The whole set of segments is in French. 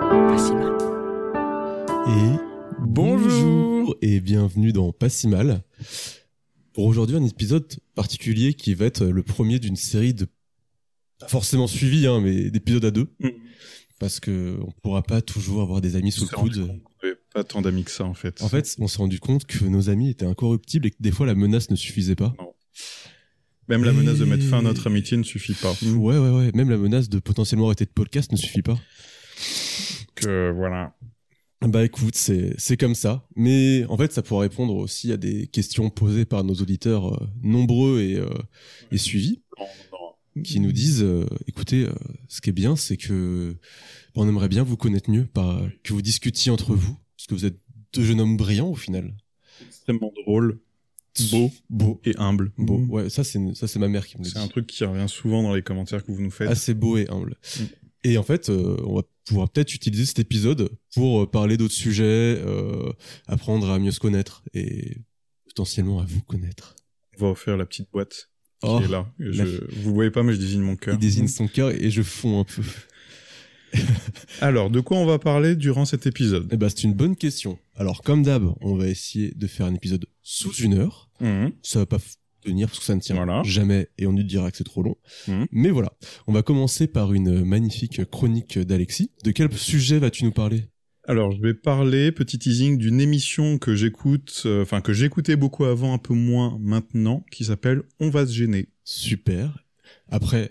Pas si mal. Et bonjour et bienvenue dans Pas si mal. Pour aujourd'hui, un épisode particulier qui va être le premier d'une série de, pas forcément suivi, mais d'épisodes à deux. Parce que on pourra pas toujours avoir des amis sous le coude. On n'avait pas tant d'amis que ça, en fait. En fait, on s'est rendu compte que nos amis étaient incorruptibles et que des fois la menace ne suffisait pas. Non. Même la menace de mettre fin à notre amitié ne suffit pas. Ouais. Même la menace de potentiellement arrêter de podcast ne suffit pas. Que voilà. Bah écoute, c'est comme ça. Mais en fait, ça pourra répondre aussi à des questions posées par nos auditeurs nombreux et suivis, qui nous disent, écoutez, ce qui est bien, c'est que on aimerait bien vous connaître mieux, que vous discutiez entre vous, parce que vous êtes deux jeunes hommes brillants au final. Extrêmement drôle, beau et humble. Beau. Ouais, ça c'est ma mère qui me le dit. C'est un truc qui revient souvent dans les commentaires que vous nous faites. Assez beau et humble. Et en fait, on va pouvoir peut-être utiliser cet épisode pour parler d'autres sujets, apprendre à mieux se connaître et potentiellement à vous connaître. On va offrir la petite boîte qui est là. Vous voyez pas, mais je désigne mon cœur. Il désigne son cœur et je fonds un peu. Alors, de quoi on va parler durant cet épisode ? Eh ben, c'est une bonne question. Alors, comme d'hab, on va essayer de faire un épisode sous 1 heure. Ça va pas tenir parce que ça ne tient jamais et on nous dira que c'est trop long. Mais voilà. On va commencer par une magnifique chronique d'Alexis. De quel sujet vas-tu nous parler ? Alors, je vais parler, petit teasing, d'une émission que j'écoute, que j'écoutais beaucoup avant, un peu moins maintenant, qui s'appelle On va se gêner. Super. Après,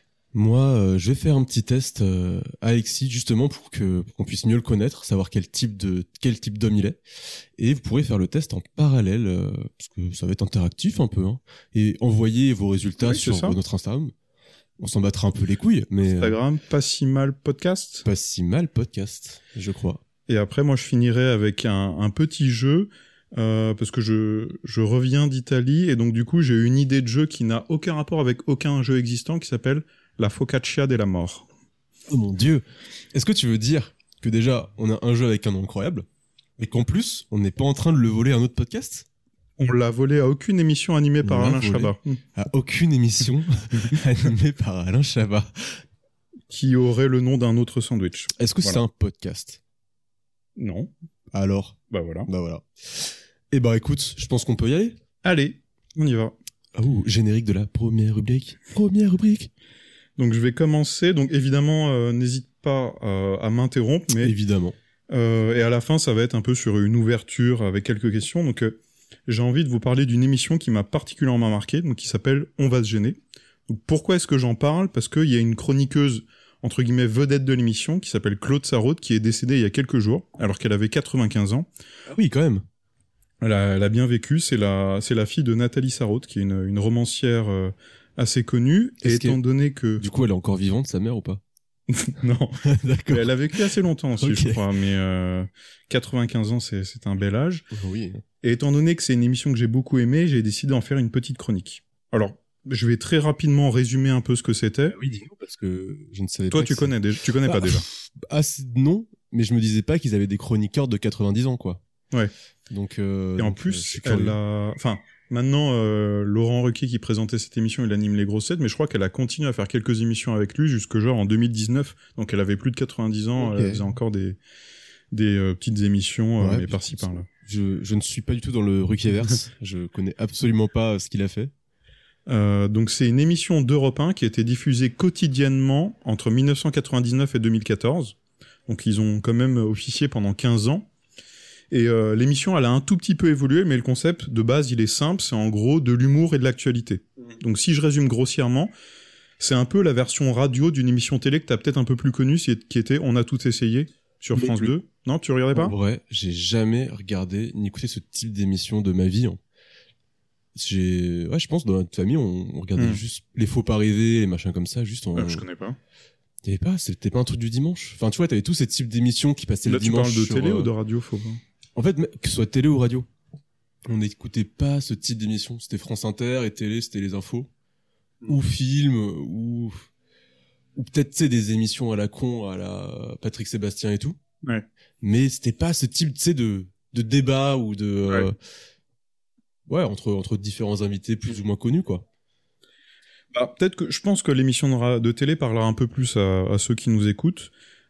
moi, je vais faire un petit test à Alexis, justement, pour qu'on puisse mieux le connaître, savoir quel type d'homme il est. Et vous pourrez faire le test en parallèle, parce que ça va être interactif un peu, et envoyer vos résultats sur notre Instagram. On s'en battra un peu les couilles, mais... Instagram, Pas si mal podcast. Pas si mal podcast, je crois. Et après, moi, je finirai avec un petit jeu, parce que je reviens d'Italie, et donc du coup, j'ai eu une idée de jeu qui n'a aucun rapport avec aucun jeu existant, qui s'appelle La Focaccia della Mort. Oh mon Dieu. Est-ce que tu veux dire que déjà, on a un jeu avec un nom incroyable, et qu'en plus, on n'est pas en train de le voler à un autre podcast ? On l'a volé à aucune émission animée par Alain Chabat. À aucune émission animée par Alain Chabat. Qui aurait le nom d'un autre sandwich. Est-ce que c'est un podcast ? Non. Alors ? Bah voilà. Eh ben écoute, je pense qu'on peut y aller. Allez, on y va. Oh, générique de la première rubrique. Première rubrique. Donc je vais commencer. Donc évidemment, n'hésite pas à m'interrompre. Mais évidemment. Et à la fin, ça va être un peu sur une ouverture avec quelques questions. Donc j'ai envie de vous parler d'une émission qui m'a particulièrement marqué, donc qui s'appelle On va se gêner. Donc pourquoi est-ce que j'en parle ? Parce qu'il y a une chroniqueuse, entre guillemets, vedette de l'émission, qui s'appelle Claude Sarraute, qui est décédée il y a quelques jours, alors qu'elle avait 95 ans. Ah oui, quand même. Elle a bien vécu, c'est la fille de Nathalie Sarraute, qui est une romancière assez connue, et étant donné que... Du coup, elle est encore vivante, sa mère, ou pas ? Non. D'accord. Elle a vécu assez longtemps aussi, je crois, mais 95 ans, c'est un bel âge. Oui. Et étant donné que c'est une émission que j'ai beaucoup aimée, j'ai décidé d'en faire une petite chronique. Alors, je vais très rapidement résumer un peu ce que c'était. Oui, dis-nous, parce que je ne savais pas. Toi, tu connais pas déjà. Non, mais je me disais pas qu'ils avaient des chroniqueurs de 90 ans, quoi. Ouais. Donc, et en plus, maintenant, Laurent Ruquier qui présentait cette émission, il anime Les Grosses Têtes, mais je crois qu'elle a continué à faire quelques émissions avec lui jusque genre en 2019. Donc elle avait plus de 90 ans, elle faisait encore des petites émissions, mais par-ci par-là. Je ne suis pas du tout dans le Ruquierverse. Je connais absolument pas ce qu'il a fait. Donc c'est une émission d'Europe 1 qui a été diffusée quotidiennement entre 1999 et 2014. Donc ils ont quand même officié pendant 15 ans. Et l'émission, elle a un tout petit peu évolué, mais le concept de base, il est simple, c'est en gros de l'humour et de l'actualité. Donc si je résume grossièrement, c'est un peu la version radio d'une émission télé que t'as peut-être un peu plus connue, qui était On a tout essayé sur France 2. Non, tu regardais pas ? En vrai, j'ai jamais regardé ni écouté ce type d'émission de ma vie. Je pense dans notre famille, on regardait juste les faux pas rêvés et machins comme ça, juste je connais pas. C'était pas un truc du dimanche. Enfin, tu vois, t'avais tous ces types d'émissions qui passaient le dimanche. Là, tu parles de télé ou de radio, faux pas ? En fait, que ce soit télé ou radio, on n'écoutait pas ce type d'émission. C'était France Inter et télé, c'était les infos. Ou films, ou peut-être, tu sais, des émissions à la con, à la Patrick Sébastien et tout. Ouais. Mais c'était pas ce type, tu sais, de débat ou de... entre différents invités plus ou moins connus, quoi. Peut-être que je pense que l'émission de télé parlera un peu plus à ceux qui nous écoutent.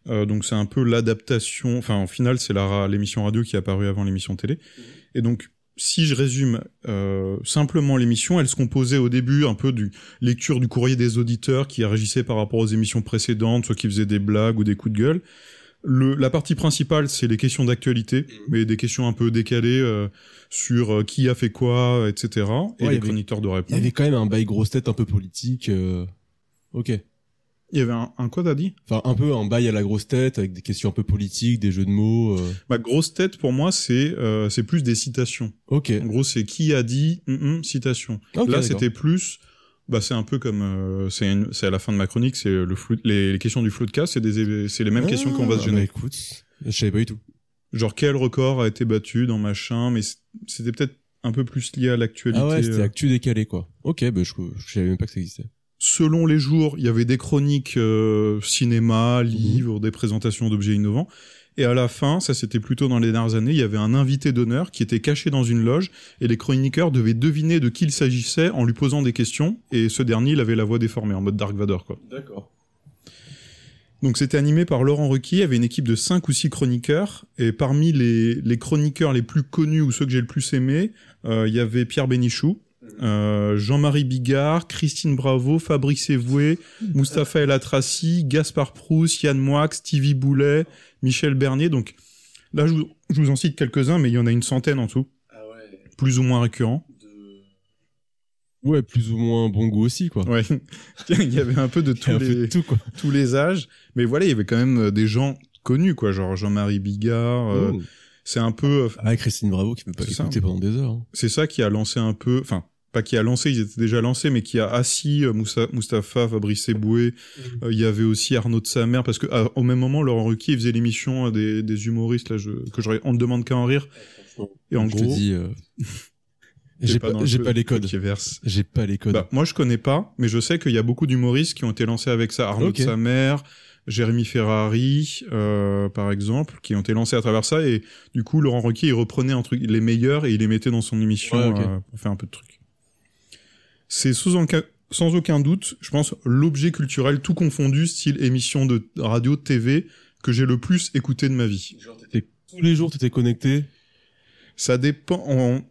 Donc c'est un peu l'adaptation, enfin en final c'est l'émission radio qui est apparue avant l'émission télé. Et donc si je résume simplement l'émission, elle se composait au début un peu du lecture du courrier des auditeurs qui réagissaient par rapport aux émissions précédentes, soit qui faisaient des blagues ou des coups de gueule. La partie principale, c'est les questions d'actualité, mais des questions un peu décalées sur qui a fait quoi, etc. Et les chroniqueurs de réponse. Il y avait quand même un bail grosse tête un peu politique. Ok. Il y avait un quoi t'as dit ? Enfin, un peu un bail à la grosse tête avec des questions un peu politiques, des jeux de mots. Grosse tête pour moi c'est plus des citations. Ok. En gros c'est qui a dit citation. Okay, là c'était plus c'est un peu comme c'est à la fin de ma chronique, c'est les questions du floodcast, c'est les mêmes questions qu'on va se gêner. Écoute, je savais pas du tout. Genre quel record a été battu dans machin, mais c'était peut-être un peu plus lié à l'actualité. Ah ouais, c'était actu décalé quoi. Ok, je savais même pas que ça existait. Selon les jours, il y avait des chroniques cinéma, livres, des présentations d'objets innovants. Et à la fin, ça c'était plutôt dans les dernières années, il y avait un invité d'honneur qui était caché dans une loge et les chroniqueurs devaient deviner de qui il s'agissait en lui posant des questions. Et ce dernier, il avait la voix déformée, en mode Dark Vador, quoi. D'accord. Donc c'était animé par Laurent Ruquier, il y avait une équipe de 5 ou 6 chroniqueurs. Et parmi les chroniqueurs les plus connus ou ceux que j'ai le plus aimés, il y avait Pierre Bénichou, Jean-Marie Bigard, Christine Bravo, Fabrice Eboué, Mustapha El Atrassi, Gaspard Proust, Yann Moix, Stevie Boulet, Michel Bernier. Donc là, je vous en cite quelques-uns, mais il y en a une centaine en tout. Ah ouais. Plus ou moins récurrents. Ouais, plus ou moins bon goût aussi, quoi. Ouais. Il y avait un peu de tous les âges. Mais voilà, il y avait quand même des gens connus, quoi. Genre Jean-Marie Bigard. C'est un peu... Christine Bravo qui peut pas écouter pendant des heures. Hein. C'est ça qui a lancé un peu... Enfin, pas qui a lancé, ils étaient déjà lancés, mais qui a assis Mustapha, Fabrice Eboué. Il y avait aussi Arnaud de Samer, parce que au même moment, Laurent Ruquier faisait l'émission des humoristes, là, on ne demande qu'à en rire. Et en gros... Je te dis... J'ai pas les codes. J'ai pas les codes. Moi, je connais pas, mais je sais qu'il y a beaucoup d'humoristes qui ont été lancés avec ça. Arnaud de Samer, Jérémy Ferrari, par exemple, qui ont été lancés à travers ça. Et du coup, Laurent Ruquier, il reprenait les meilleurs et il les mettait dans son émission pour faire un peu de trucs. C'est sans aucun doute, je pense, l'objet culturel tout confondu, style émission de radio, TV, que j'ai le plus écouté de ma vie. Genre, tous les jours, t'étais connecté? Ça dépend.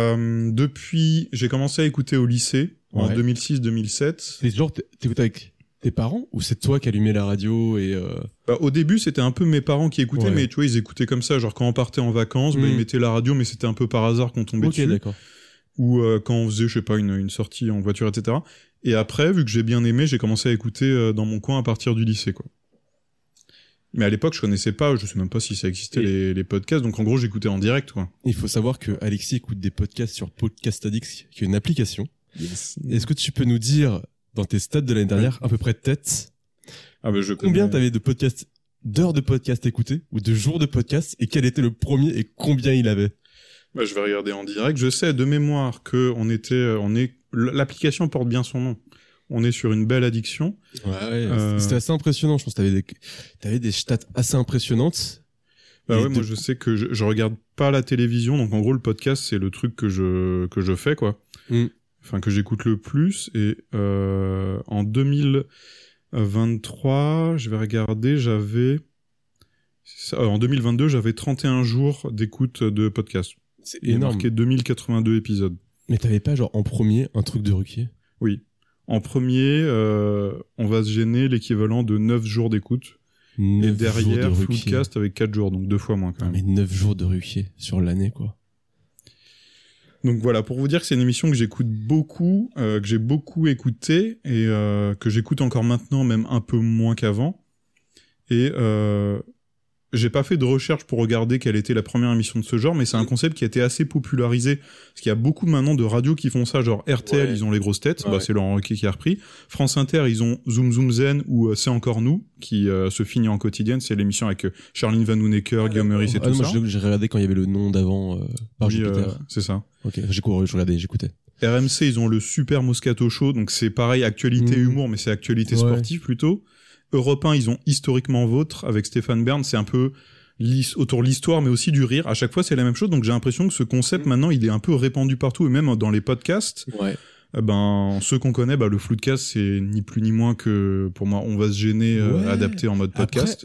Depuis, j'ai commencé à écouter au lycée en 2006-2007. Et genre, t'écoutais avec tes parents ou c'est toi qui allumais la radio et au début, c'était un peu mes parents qui écoutaient, mais tu vois, ils écoutaient comme ça. Genre quand on partait en vacances, ils mettaient la radio, mais c'était un peu par hasard qu'on tombait dessus. D'accord. Ou quand on faisait, je sais pas, une sortie en voiture, etc. Et après, vu que j'ai bien aimé, j'ai commencé à écouter dans mon coin à partir du lycée, quoi. Mais à l'époque, je connaissais pas, je sais même pas si ça existait les podcasts, donc en gros, j'écoutais en direct, quoi. Il faut savoir que Alexis écoute des podcasts sur Podcast Addict, qui est une application. Yes. Est-ce que tu peux nous dire, dans tes stats de l'année dernière, à peu près de tête, combien t'avais d'heures de podcast écoutées, ou de jours de podcast, et quel était le premier, et combien il avait? Je vais regarder en direct. Je sais de mémoire que l'application porte bien son nom. On est sur une belle addiction. Ouais, c'était assez impressionnant. Je pense que t'avais des stats assez impressionnantes. Moi je sais que je regarde pas la télévision, donc en gros le podcast c'est le truc que je fais, quoi. Enfin que j'écoute le plus. Et en 2023, je vais regarder, en 2022 j'avais 31 jours d'écoute de podcast. C'est énorme. Marqué 2082 épisodes. Mais t'avais pas genre en premier un truc de Ruquier? Oui. En premier, on va se gêner l'équivalent de 9 jours d'écoute. Et derrière, Floodcast avec 4 jours, donc 2 fois moins quand même. Mais 9 jours de Ruquier sur l'année, quoi. Donc voilà, pour vous dire que c'est une émission que j'écoute beaucoup, que j'ai beaucoup écoutée, et que j'écoute encore maintenant, même un peu moins qu'avant. Et j'ai pas fait de recherche pour regarder quelle était la première émission de ce genre, mais c'est un concept qui a été assez popularisé, parce qu'il y a beaucoup maintenant de radios qui font ça, genre RTL, ils ont les grosses têtes, c'est Laurent Ruquier qui a repris. France Inter, ils ont Zoom Zoom Zen, ou C'est encore nous, qui se finit en quotidienne, c'est l'émission avec Charline Van Hoenecker, Guillaume Meurice et tout ça. Moi j'ai regardé quand il y avait le nom d'avant, par Jupiter. C'est ça. Ok, j'ai couru, je regardais, j'écoutais. RMC, ils ont le Super Moscato Show, donc c'est pareil, actualité humour, mais c'est actualité sportive plutôt. Europe 1, ils ont Historiquement Vôtre avec Stéphane Bern, c'est un peu autour de l'histoire, mais aussi du rire. À chaque fois, c'est la même chose, donc j'ai l'impression que ce concept, maintenant, il est un peu répandu partout, et même dans les podcasts. Ceux qu'on connaît, le Floodcast, c'est ni plus ni moins que, pour moi, On va se gêner, adapté en mode podcast.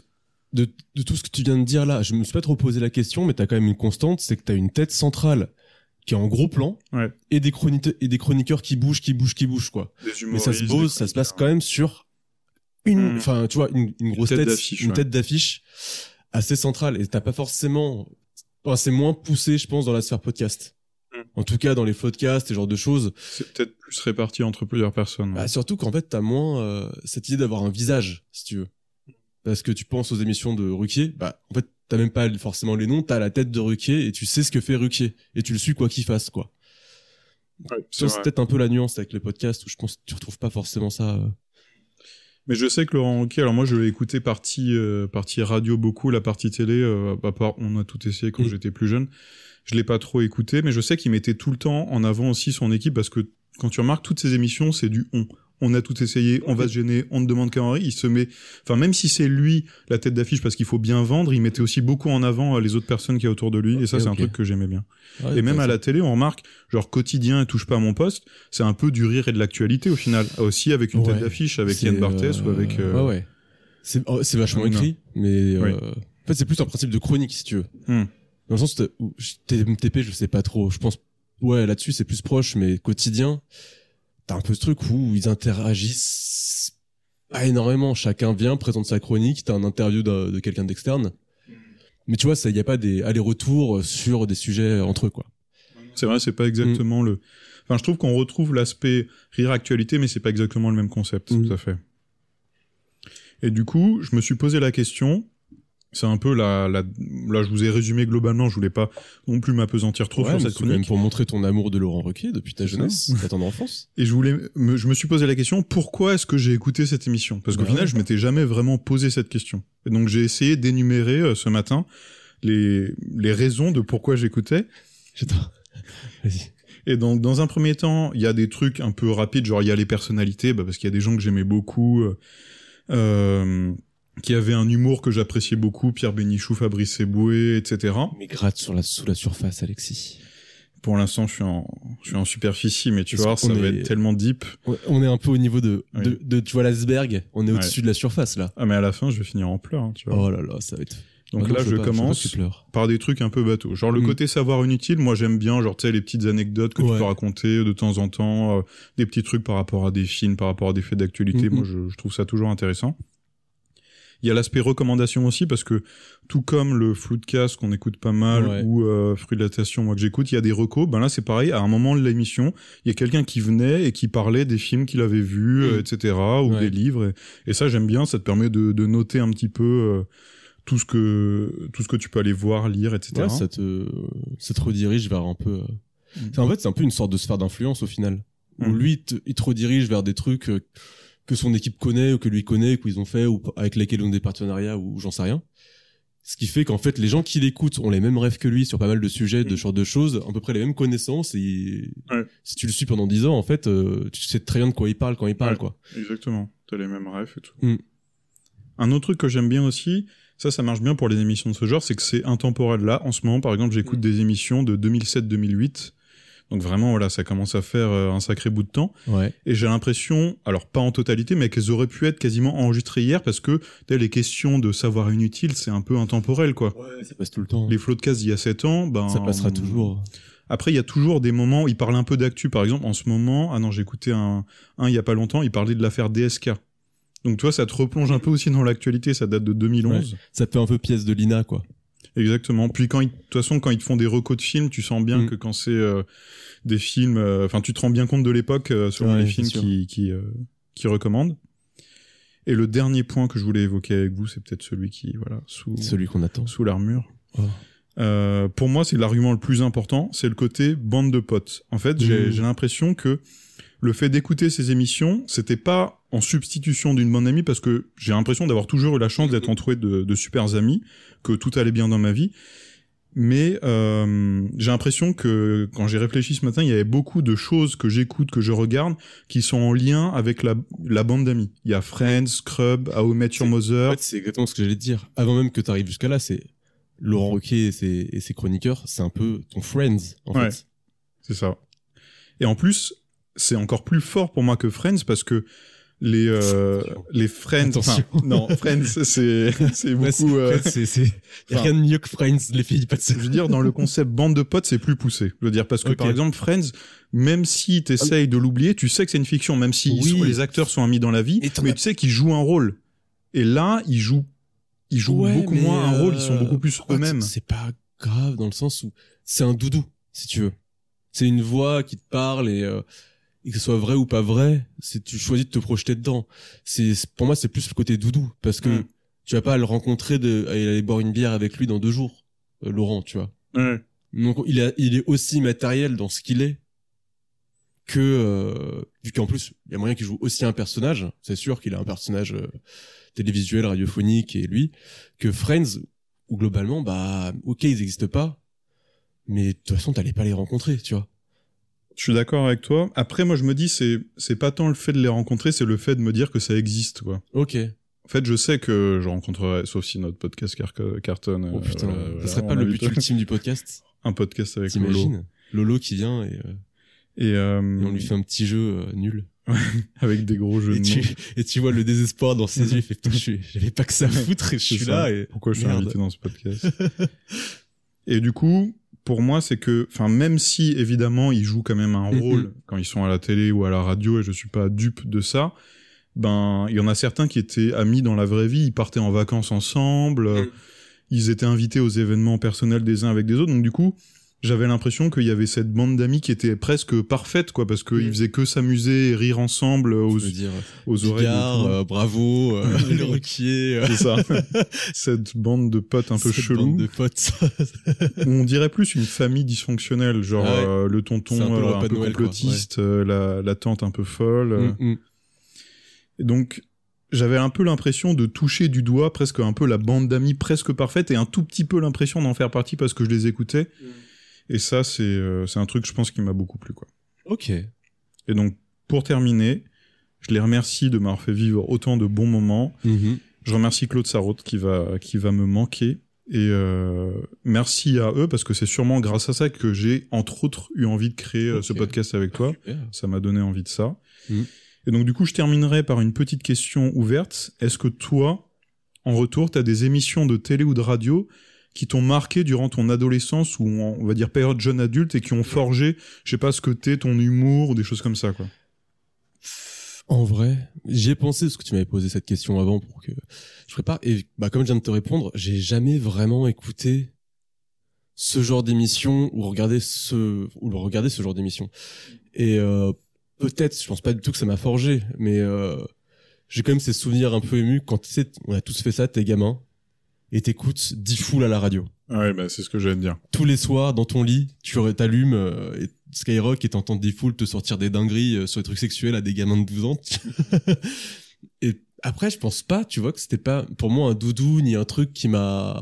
de tout ce que tu viens de dire là, je me suis pas trop posé la question, mais t'as quand même une constante, c'est que t'as une tête centrale qui est en gros plan, et des chroniqueurs qui bougent, quoi. Mais ça se passe quand même sur enfin, tu vois, une grosse tête, tête d'affiche assez centrale, et t'as pas forcément, c'est moins poussé, je pense, dans la sphère podcast. En tout cas, dans les podcasts, ce genre de choses. C'est peut-être plus réparti entre plusieurs personnes. Bah, surtout qu'en fait, t'as moins cette idée d'avoir un visage, si tu veux. Parce que tu penses aux émissions de Ruquier, bah, en fait, t'as même pas forcément les noms, t'as la tête de Ruquier et tu sais ce que fait Ruquier. Et tu le suis quoi qu'il fasse, quoi. Ouais, c'est peut-être un peu la nuance avec les podcasts où je pense que tu retrouves pas forcément ça. Mais je sais que Laurent Ruquier, alors moi je l'ai écouté partie radio beaucoup, la partie télé, à part on a tout essayé quand j'étais plus jeune. Je l'ai pas trop écouté, mais je sais qu'il mettait tout le temps en avant aussi son équipe parce que quand tu remarques toutes ces émissions, c'est du on. On a tout essayé, on va se gêner, on ne demande qu'à Henri, il se met, enfin, même si c'est lui, la tête d'affiche, parce qu'il faut bien vendre, il mettait aussi beaucoup en avant les autres personnes qui y a autour de lui, et ça, c'est un truc que j'aimais bien. Et même à la télé, on remarque, genre, quotidien, touche pas à mon poste, c'est un peu du rire et de l'actualité, au final. Aussi avec une tête d'affiche, avec Yann Barthès ou avec, C'est vachement écrit, mais, en fait, c'est plus un principe de chronique, si tu veux. Dans le sens où, TP, je sais pas trop. Je pense, là-dessus, c'est plus proche, mais quotidien, t'as un peu ce truc où ils interagissent pas énormément. Chacun vient, présente sa chronique, t'as un interview de quelqu'un d'externe. Mais tu vois, ça, y a pas des allers-retours sur des sujets entre eux, quoi. C'est vrai, c'est pas exactement Enfin, je trouve qu'on retrouve l'aspect rire actualité, mais c'est pas exactement le même concept, tout à fait. Et du coup, je me suis posé la question. C'est un peu là, je vous ai résumé globalement, je voulais pas non plus m'apesantir trop sur cette chronique. Quand même pour montrer ton amour de Laurent Ruquier depuis ta jeunesse, ta tendre enfance. Et je me suis posé la question, pourquoi est-ce que j'ai écouté cette émission? Parce qu'au final, je m'étais jamais vraiment posé cette question. Et donc, j'ai essayé d'énumérer ce matin les raisons de pourquoi j'écoutais. J'adore. Vas-y. Et donc, dans un premier temps, il y a des trucs un peu rapides, genre il y a les personnalités, parce qu'il y a des gens que j'aimais beaucoup, qui avait un humour que j'appréciais beaucoup, Pierre Bénichou, Fabrice Eboué, etc. Mais gratte sous la surface, Alexis. Pour l'instant, je suis en superficie, mais tu vois, ça va être tellement deep. On est un peu au niveau de tu vois, l'iceberg. On est au-dessus de la surface, là. Ah, mais à la fin, je vais finir en pleurs, tu vois. Oh là là, ça va être... Donc là, je commence par des trucs un peu bateaux. Genre, le côté savoir inutile, moi, j'aime bien, genre, tu sais, les petites anecdotes que tu peux raconter de temps en temps, des petits trucs par rapport à des films, par rapport à des faits d'actualité. Moi, je trouve ça toujours intéressant. Il y a l'aspect recommandation aussi, parce que tout comme le Floodcast qu'on écoute pas mal, ou Fruit de la Station, moi que j'écoute, il y a des recos. Ben là, c'est pareil, à un moment de l'émission, il y a quelqu'un qui venait et qui parlait des films qu'il avait vus, etc., ou des livres. Et ça, j'aime bien, ça te permet de noter un petit peu tout ce que tu peux aller voir, lire, etc. Ouais, ça te redirige vers un peu... En fait, c'est un peu une sorte de sphère d'influence, au final. Où lui, il te redirige vers des trucs... que son équipe connaît ou que lui connaît, qu'ils ont fait ou avec lesquels ils ont des partenariats ou j'en sais rien. Ce qui fait qu'en fait les gens qui l'écoutent ont les mêmes rêves que lui sur pas mal de sujets, de genre de choses, à peu près les mêmes connaissances et si tu le suis pendant 10 ans en fait, tu sais très bien de quoi il parle quand il parle quoi. Exactement. T'as les mêmes rêves et tout. Un autre truc que j'aime bien aussi, ça marche bien pour les émissions de ce genre, c'est que c'est intemporel. Là, en ce moment, par exemple, j'écoute des émissions de 2007-2008. Donc vraiment, voilà, ça commence à faire un sacré bout de temps. Et j'ai l'impression, alors pas en totalité, mais qu'elles auraient pu être quasiment enregistrées hier parce que les questions de savoir inutile, c'est un peu intemporel, quoi. Ouais, ça passe tout le temps. Les Floodcasts d'il y a 7 ans, ben... ça passera toujours. Après, il y a toujours des moments où ils parlent un peu d'actu. Par exemple, en ce moment, j'ai écouté un il y a pas longtemps, il parlait de l'affaire DSK. Donc, tu vois, ça te replonge un peu aussi dans l'actualité, ça date de 2011. Ça fait un peu pièce de l'INA, quoi. Exactement. Puis de toute façon, quand ils te font des recos de films, tu sens bien que quand c'est des films, enfin, tu te rends bien compte de l'époque selon les films qui recommandent. Et le dernier point que je voulais évoquer avec vous, c'est peut-être celui celui qu'on attend sous l'armure. Pour moi, c'est l'argument le plus important, c'est le côté bande de potes. En fait, j'ai l'impression que le fait d'écouter ces émissions, c'était pas en substitution d'une bonne amie, parce que j'ai l'impression d'avoir toujours eu la chance d'être entouré de super amis, que tout allait bien dans ma vie. Mais j'ai l'impression que quand j'ai réfléchi ce matin, il y avait beaucoup de choses que j'écoute, que je regarde, qui sont en lien avec la bande d'amis. Il y a Friends, Scrub, How I Met Your Mother. En fait, c'est exactement ce que j'allais te dire. Avant même que tu arrives jusqu'à là, c'est Laurent Ruquier et ses chroniqueurs, c'est un peu ton Friends, en fait. C'est ça. Et en plus, c'est encore plus fort pour moi que Friends, parce que les Friends. Attention. Enfin, non, Friends, c'est beaucoup. Y a rien de mieux que Friends, les filles pas de Je veux dire, dans le concept bande de potes, c'est plus poussé. Je veux dire, parce que par exemple, Friends, même si t'essayes de l'oublier, tu sais que c'est une fiction, même si les acteurs sont amis dans la vie, mais tu sais qu'ils jouent un rôle. Et là, ils jouent beaucoup moins un rôle, ils sont beaucoup plus eux-mêmes. C'est pas grave dans le sens où c'est un doudou, si tu veux. C'est une voix qui te parle et que ce soit vrai ou pas vrai, tu choisis de te projeter dedans. Pour moi, c'est plus le côté doudou, parce que tu vas pas le rencontrer aller boire une bière avec lui dans 2 jours, Laurent, tu vois. Donc il est aussi matériel dans ce qu'il est que vu qu'en plus il y a moyen qu'il joue aussi un personnage. C'est sûr qu'il a un personnage télévisuel, radiophonique et lui que Friends où globalement ok ils existent pas, mais de toute façon t'allais pas les rencontrer, tu vois. Je suis d'accord avec toi. Après, moi, je me dis, c'est pas tant le fait de les rencontrer, c'est le fait de me dire que ça existe, quoi. Ok. En fait, je sais que je rencontrerai, sauf si notre podcast cartonne. Oh putain, ce serait pas le but ultime du podcast? Un podcast avec T'imagines Lolo qui vient et on lui fait un petit jeu nul. Avec des gros jeux de mots. Et tu vois le désespoir dans ses yeux, il fait putain, j'avais pas que ça à foutre et je suis là et... Pourquoi je suis invité dans ce podcast? Et du coup, pour moi, c'est que, enfin, même si, évidemment, ils jouent quand même un rôle quand ils sont à la télé ou à la radio, et je suis pas dupe de ça, il y en a certains qui étaient amis dans la vraie vie, ils partaient en vacances ensemble, ils étaient invités aux événements personnels des uns avec des autres, donc du coup, j'avais l'impression qu'il y avait cette bande d'amis qui était presque parfaite, quoi, parce qu'ils faisaient que s'amuser et rire ensemble aux oreilles. Bigard, Bravo, le Ruquier. C'est ça. Cette bande de potes un peu chelou. Bande de potes. On dirait plus une famille dysfonctionnelle, genre le tonton un peu Noël, complotiste, la tante un peu folle. Et donc, j'avais un peu l'impression de toucher du doigt presque un peu la bande d'amis presque parfaite et un tout petit peu l'impression d'en faire partie parce que je les écoutais. Et ça, c'est un truc, je pense, qui m'a beaucoup plu, quoi. Ok. Et donc, pour terminer, je les remercie de m'avoir fait vivre autant de bons moments. Je remercie Claude Sarraute qui va me manquer. Et merci à eux, parce que c'est sûrement grâce à ça que j'ai, entre autres, eu envie de créer ce podcast avec toi. Super. Ça m'a donné envie de ça. Et donc, du coup, je terminerai par une petite question ouverte. Est-ce que toi, en retour, t'as des émissions de télé ou de radio qui t'ont marqué durant ton adolescence ou on va dire période jeune adulte et qui ont forgé, je sais pas ce que t'es, ton humour ou des choses comme ça, quoi. En vrai, j'y ai pensé parce que tu m'avais posé cette question avant pour que je prépare et comme je viens de te répondre, j'ai jamais vraiment écouté ce genre d'émission ou regardé ce genre d'émission. Et peut-être, je pense pas du tout que ça m'a forgé, mais j'ai quand même ces souvenirs un peu émus quand tu sais, on a tous fait ça, t'es gamin. Et t'écoutes D-Fool à la radio. Ouais, c'est ce que j'allais te dire. Tous les soirs, dans ton lit, tu t'allumes Skyrock et t'entends D-Fool te sortir des dingueries sur les trucs sexuels à des gamins de 12 ans. Et après, je pense pas, tu vois, que c'était pas pour moi un doudou ni un truc qui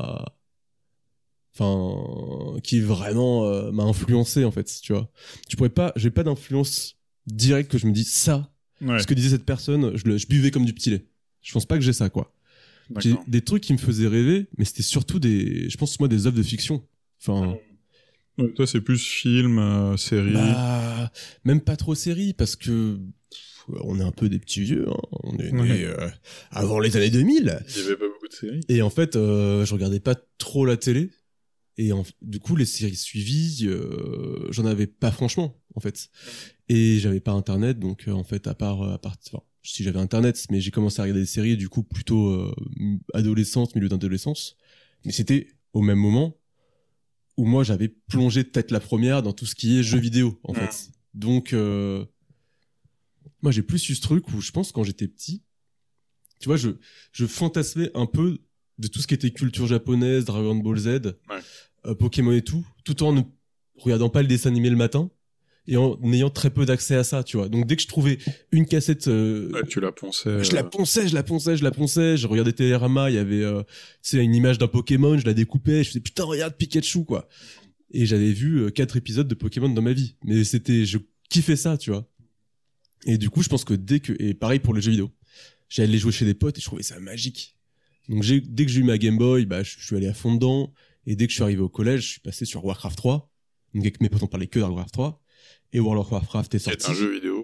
vraiment m'a influencé, en fait, tu vois. J'ai pas d'influence directe que je me dis ça. Ouais. Ce que disait cette personne, je buvais comme du petit lait. Je pense pas que j'ai ça, quoi. J'ai des trucs qui me faisaient rêver, mais c'était surtout des œuvres de fiction. Enfin. Ouais, toi, c'est plus film, série. Même pas trop série, parce que on est un peu des petits vieux, hein. On est nés avant les années 2000. Il y avait pas beaucoup de séries. Et en fait, je regardais pas trop la télé. Et du coup, les séries suivies, j'en avais pas franchement, en fait. Et j'avais pas internet, donc en fait, à part si j'avais internet, mais j'ai commencé à regarder des séries du coup plutôt adolescente, milieu d'adolescence. Mais c'était au même moment où moi j'avais plongé tête la première dans tout ce qui est jeux vidéo, en fait. Donc moi j'ai plus eu ce truc où je pense quand j'étais petit, tu vois, je fantasmais un peu de tout ce qui était culture japonaise, Dragon Ball Z, Pokémon et tout en ne regardant pas le dessin animé le matin. Et en ayant très peu d'accès à ça, tu vois. Donc dès que je trouvais une cassette, tu la ponçais. Je la ponçais. Je regardais Télérama, il y avait, une image d'un Pokémon, je la découpais, je faisais putain regarde Pikachu quoi. Et j'avais vu 4 épisodes de Pokémon dans ma vie, mais je kiffais ça, tu vois. Et du coup, je pense que et pareil pour les jeux vidéo, j'allais les jouer chez des potes et je trouvais ça magique. Donc dès que j'ai eu ma Game Boy, je suis allé à fond dedans. Et dès que je suis arrivé au collège, je suis passé sur Warcraft 3. Donc avec mes potes on parlait que de Warcraft 3. Et World of Warcraft est sorti. C'est un jeu vidéo.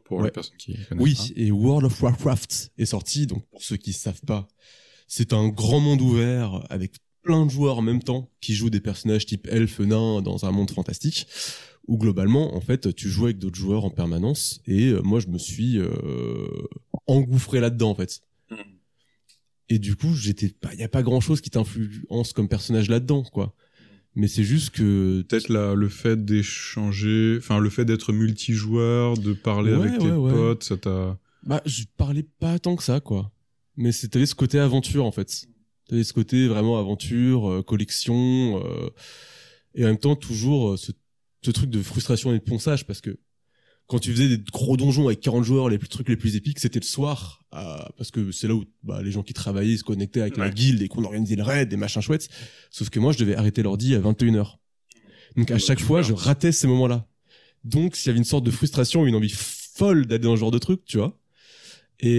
pour les personnes qui connaissent Oui, pas. et World of Warcraft est sorti, donc pour ceux qui savent pas, c'est un grand monde ouvert avec plein de joueurs en même temps qui jouent des personnages type elfe, nain dans un monde fantastique où globalement en fait tu joues avec d'autres joueurs en permanence et moi je me suis engouffré là-dedans en fait. Et du coup, il y a pas grand-chose qui t'influence comme personnage là-dedans quoi. Mais c'est juste que peut-être le fait d'échanger, enfin le fait d'être multijoueur, de parler avec tes potes, ça t'a... Bah, je parlais pas tant que ça, quoi. Mais t'avais ce côté aventure, en fait. T'avais ce côté vraiment aventure, collection, et en même temps toujours ce truc de frustration et de ponçage, parce que quand tu faisais des gros donjons avec 40 joueurs, les trucs les plus épiques, c'était le soir, parce que c'est là où les gens qui travaillaient se connectaient avec la guilde et qu'on organisait le raid, des machins chouettes. Sauf que moi, je devais arrêter l'ordi à 21h. Donc à chaque fois, je ratais ces moments-là. Donc s'il y avait une sorte de frustration ou une envie folle d'aller dans ce genre de truc, tu vois. Et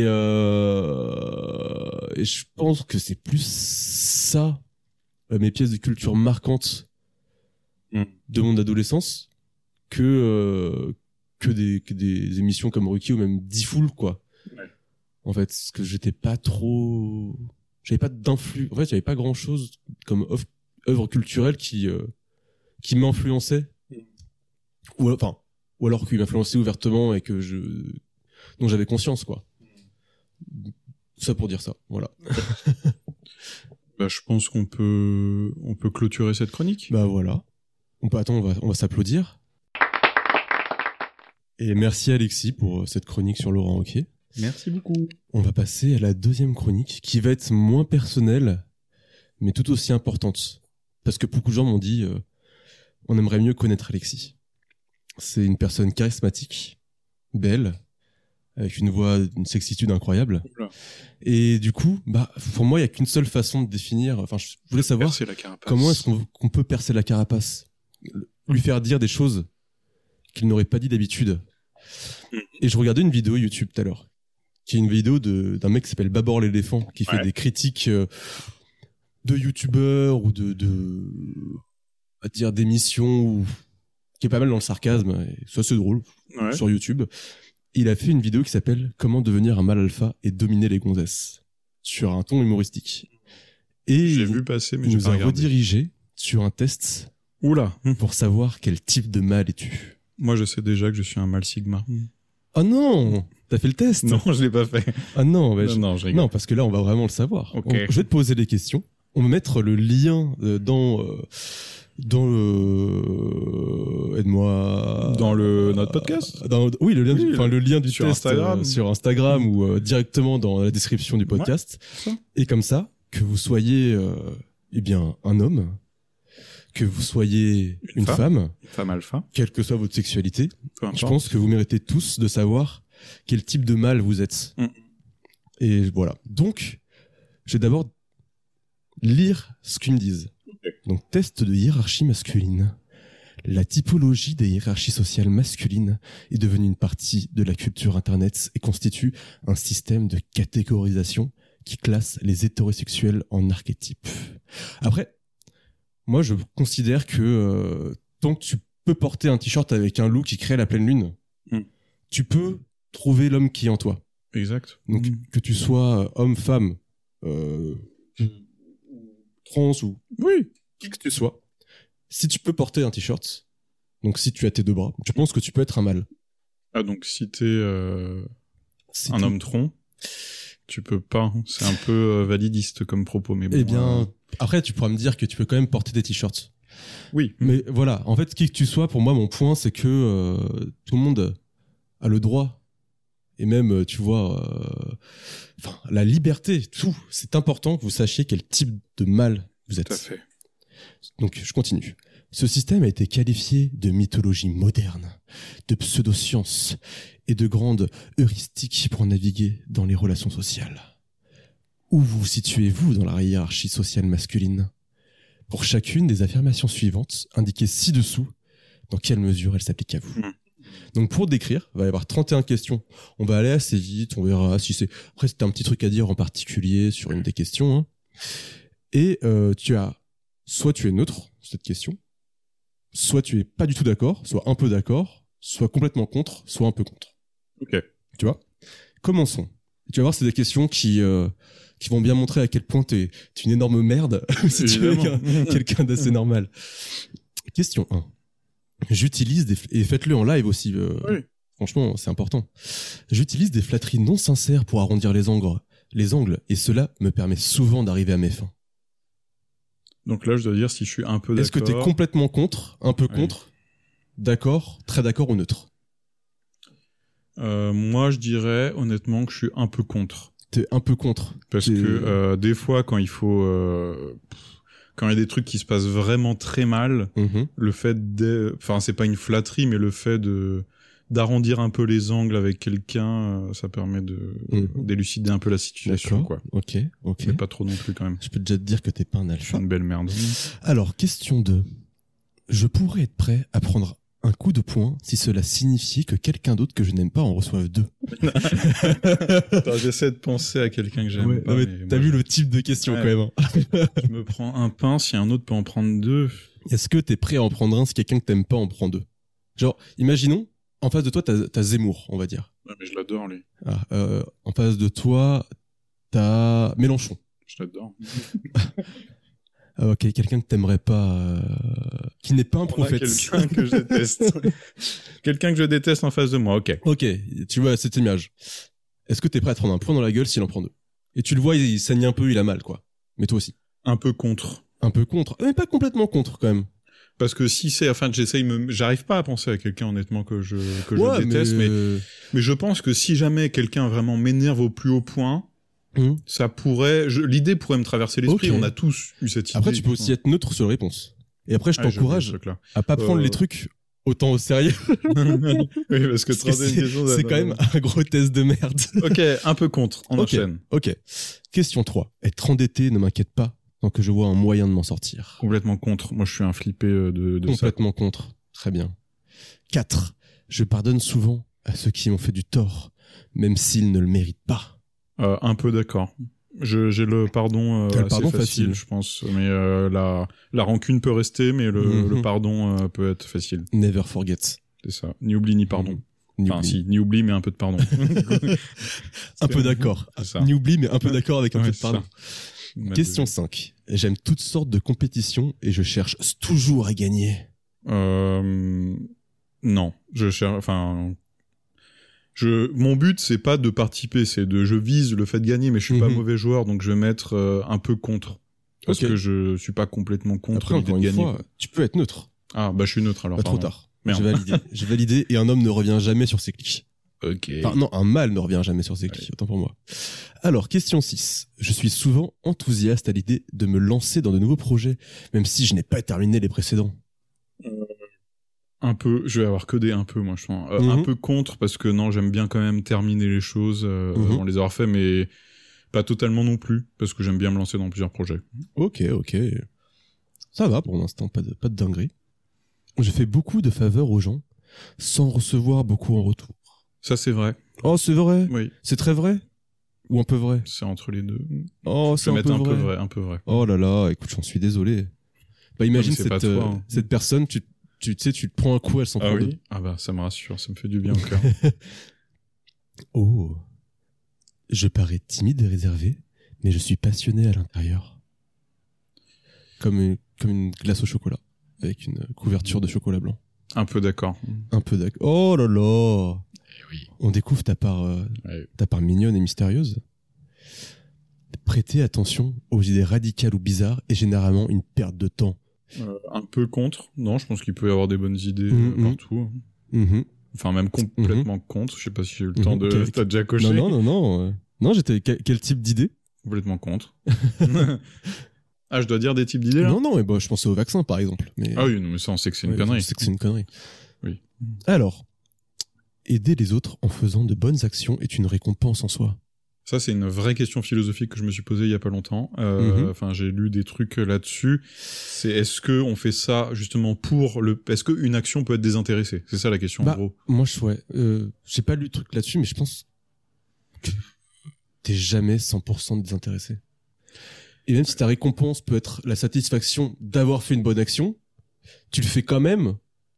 je pense que c'est plus ça, mes pièces de culture marquantes de mon adolescence, que des émissions comme Rookie ou même D-Fool, quoi. Ouais. En fait, parce que j'avais pas d'influence. En fait, j'avais pas grand chose comme œuvre culturelle qui m'influençait. Ou alors qui m'influençait ouvertement et dont j'avais conscience, quoi. Ça pour dire ça, voilà. Bah, je pense qu'on peut clôturer cette chronique. Bah voilà. On va s'applaudir. Et merci Alexis pour cette chronique sur Laurent Wauquiez. Merci beaucoup. On va passer à la deuxième chronique qui va être moins personnelle, mais tout aussi importante. Parce que beaucoup de gens m'ont dit, on aimerait mieux connaître Alexis. C'est une personne charismatique, belle, avec une voix d'une sexitude incroyable. Oula. Et du coup, pour moi, il y a qu'une seule façon de définir. Enfin, je voulais savoir comment est-ce qu'on peut percer la carapace, lui faire dire des choses qu'il n'aurait pas dit d'habitude. Et je regardais une vidéo YouTube tout à l'heure, qui est une vidéo d'un mec qui s'appelle Babor l'éléphant, qui fait des critiques de youtubeurs ou à dire d'émissions qui est pas mal dans le sarcasme. Et ça, c'est drôle sur YouTube. Il a fait une vidéo qui s'appelle « Comment devenir un mâle alpha et dominer les gonzesses » sur un ton humoristique. Et j'ai vu passer, mais il nous a redirigé sur un test pour savoir quel type de mâle es-tu. Moi, je sais déjà que je suis un mâle sigma. Oh non, t'as fait le test? Non, je l'ai pas fait. Ah non, non, je rigole. Non, parce que là, on va vraiment le savoir. Okay. Je vais te poser des questions. On va mettre le lien dans aide-moi. Dans notre podcast? Oui, le lien du sur test Instagram. Sur Instagram ou directement dans la description du podcast. Ouais, et comme ça, que vous soyez un homme, que vous soyez une femme alpha, quelle que soit votre sexualité, je pense que vous méritez tous de savoir quel type de mâle vous êtes. Et voilà. Donc, je vais d'abord lire ce qu'ils me disent. Donc, test de hiérarchie masculine. La typologie des hiérarchies sociales masculines est devenue une partie de la culture Internet et constitue un système de catégorisation qui classe les hétérosexuels en archétypes. Après, moi, je considère que tant que tu peux porter un t-shirt avec un loup qui crée la pleine lune, tu peux trouver l'homme qui est en toi. Exact. Donc, que tu sois homme, femme, trans ou qui que tu sois, si tu peux porter un t-shirt, donc si tu as tes deux bras, je pense que tu peux être un mâle. Ah, donc si t'es un homme tronc, tu peux pas. C'est un peu validiste comme propos, mais bon. Eh bien, après, tu pourras me dire que tu peux quand même porter des t-shirts. Oui. Mais voilà, en fait, qui que tu sois, pour moi, mon point, c'est que tout le monde a le droit, et même, tu vois, la liberté, tout. C'est important que vous sachiez quel type de mâle vous êtes. Tout à fait. Donc, je continue. Ce système a été qualifié de mythologie moderne, de pseudo-science et de grande heuristique pour naviguer dans les relations sociales. Où vous situez-vous dans la hiérarchie sociale masculine? Pour chacune des affirmations suivantes, indiquez ci-dessous dans quelle mesure elles s'appliquent à vous. Donc pour décrire, il va y avoir 31 questions. On va aller assez vite, on verra si c'est... Après, c'est un petit truc à dire en particulier sur une des questions. Hein. Et soit tu es neutre sur cette question, soit tu es pas du tout d'accord, soit un peu d'accord, soit complètement contre, soit un peu contre. Ok. Tu vois? Commençons. Tu vas voir, c'est des questions qui vont bien montrer à quel point t'es une énorme merde si tu es quelqu'un d'assez normal. Question 1. J'utilise et faites-le en live aussi. Oui. Franchement, c'est important. J'utilise des flatteries non sincères pour arrondir les angles, et cela me permet souvent d'arriver à mes fins. Donc là, je dois dire si je suis un peu d'accord. Est-ce que t'es complètement contre, un peu contre, d'accord, très d'accord ou neutre? Moi, je dirais honnêtement que je suis un peu contre. T'es un peu contre. Parce que des fois, quand il faut... quand il y a des trucs qui se passent vraiment très mal, le fait enfin, c'est pas une flatterie, mais le fait d'arrondir un peu les angles avec quelqu'un, ça permet d'élucider un peu la situation. D'accord, quoi. Ok. Mais pas trop non plus quand même. Je peux déjà te dire que t'es pas un alpha. Je suis une belle merde. Alors, question 2. Je pourrais être prêt à prendre un coup de poing si cela signifiait que quelqu'un d'autre que je n'aime pas en reçoive 2. Attends, j'essaie de penser à quelqu'un que j'aime pas. Mais t'as vu le type de question quand même. Hein. Je me prends un pain si un autre peut en prendre 2. Est-ce que t'es prêt à en prendre un si quelqu'un que t'aimes pas en prend 2? Genre, imaginons, en face de toi, t'as Zemmour, on va dire. Ouais, mais je l'adore, lui. En face de toi, t'as Mélenchon. Je l'adore. Ok, quelqu'un que t'aimerais pas, qui n'est pas un prophète. Quelqu'un que je déteste. Quelqu'un que je déteste en face de moi, ok. Ok, tu vois cette image. Est-ce que t'es prêt à te prendre un point dans la gueule s'il en prend 2? Et tu le vois, il saigne un peu, il a mal, quoi. Mais toi aussi. Un peu contre. Un peu contre, mais pas complètement contre quand même. Parce que si c'est, enfin, j'arrive pas à penser à quelqu'un honnêtement que je déteste, mais je pense que si jamais quelqu'un vraiment m'énerve au plus haut point, ça pourrait, l'idée pourrait me traverser l'esprit. On a tous eu cette idée. Après, tu peux aussi être neutre sur la réponse. Et après, je t'encourage à pas prendre les trucs autant au sérieux. Oui, parce que c'est quand même un gros test de merde. Ok, un peu contre. On enchaîne. Ok. Question 3. Être endetté ne m'inquiète pas tant que je vois un moyen de m'en sortir. Complètement contre. Moi, je suis un flippé de ça. Complètement contre. Très bien. 4. Je pardonne souvent à ceux qui m'ont fait du tort, même s'ils ne le méritent pas. Un peu d'accord. J'ai le pardon assez facile, je pense. Mais la rancune peut rester, mais le pardon peut être facile. Never forget. C'est ça. Ni oubli, ni pardon. Ni oubli, mais un peu de pardon. Un peu d'accord. Ni oubli, mais un peu d'accord avec un peu de pardon. Question 5. J'aime toutes sortes de compétitions et je cherche toujours à gagner. Non. Mon but, c'est pas de participer, je vise le fait de gagner, mais je suis pas mauvais joueur, donc je vais mettre un peu contre. Parce que je suis pas complètement contre l'idée de gagner. Fois, tu peux être neutre. Ah, bah, je suis neutre alors. Pas trop tard. J'ai validé et un homme ne revient jamais sur ses clics. Ok. Enfin, non, un mâle ne revient jamais sur ses clics, autant pour moi. Alors, question 6. Je suis souvent enthousiaste à l'idée de me lancer dans de nouveaux projets, même si je n'ai pas terminé les précédents. Un peu, je vais avoir que des un peu, moi, je pense. Un peu contre, parce que non, j'aime bien quand même terminer les choses, avant de les avoir fait, mais pas totalement non plus, parce que j'aime bien me lancer dans plusieurs projets. Ok. Ça va pour l'instant, pas de dinguerie. Je fais beaucoup de faveurs aux gens, sans recevoir beaucoup en retour. Ça, c'est vrai. Oh, c'est vrai? Oui. C'est très vrai? Ou un peu vrai? C'est entre les deux. Oh, c'est un peu vrai. Oh là là, écoute, j'en suis désolé. Bah, imagine cette personne, tu sais, tu te prends un coup, elle s'en prend deux. Ah bah, ça me rassure, ça me fait du bien au cœur. Oh. Je parais timide et réservé, mais je suis passionné à l'intérieur. Comme une glace au chocolat, avec une couverture de chocolat blanc. Un peu d'accord. Oh là là. Oui. On découvre ta part mignonne et mystérieuse. Prêter attention aux idées radicales ou bizarres est généralement une perte de temps. Un peu contre. Non, je pense qu'il peut y avoir des bonnes idées partout. Enfin, même complètement contre. Je sais pas si j'ai eu le temps de... T'as déjà coché? Non. Non, j'étais... Quel type d'idée? Complètement contre. Ah, je dois dire des types d'idées, là? Non, mais bah, je pensais au vaccin, par exemple. Mais... Ah oui, non, mais ça, on sait que c'est une connerie. On sait que c'est une connerie. Oui. Alors, aider les autres en faisant de bonnes actions est une récompense en soi. Ça, c'est une vraie question philosophique que je me suis posée il y a pas longtemps. Enfin, j'ai lu des trucs là-dessus. C'est est-ce que on fait ça justement est-ce qu'une action peut être désintéressée? C'est ça la question, en gros. Moi, j'ai pas lu de truc là-dessus, mais je pense que t'es jamais 100% désintéressé. Et même si ta récompense peut être la satisfaction d'avoir fait une bonne action, tu le fais quand même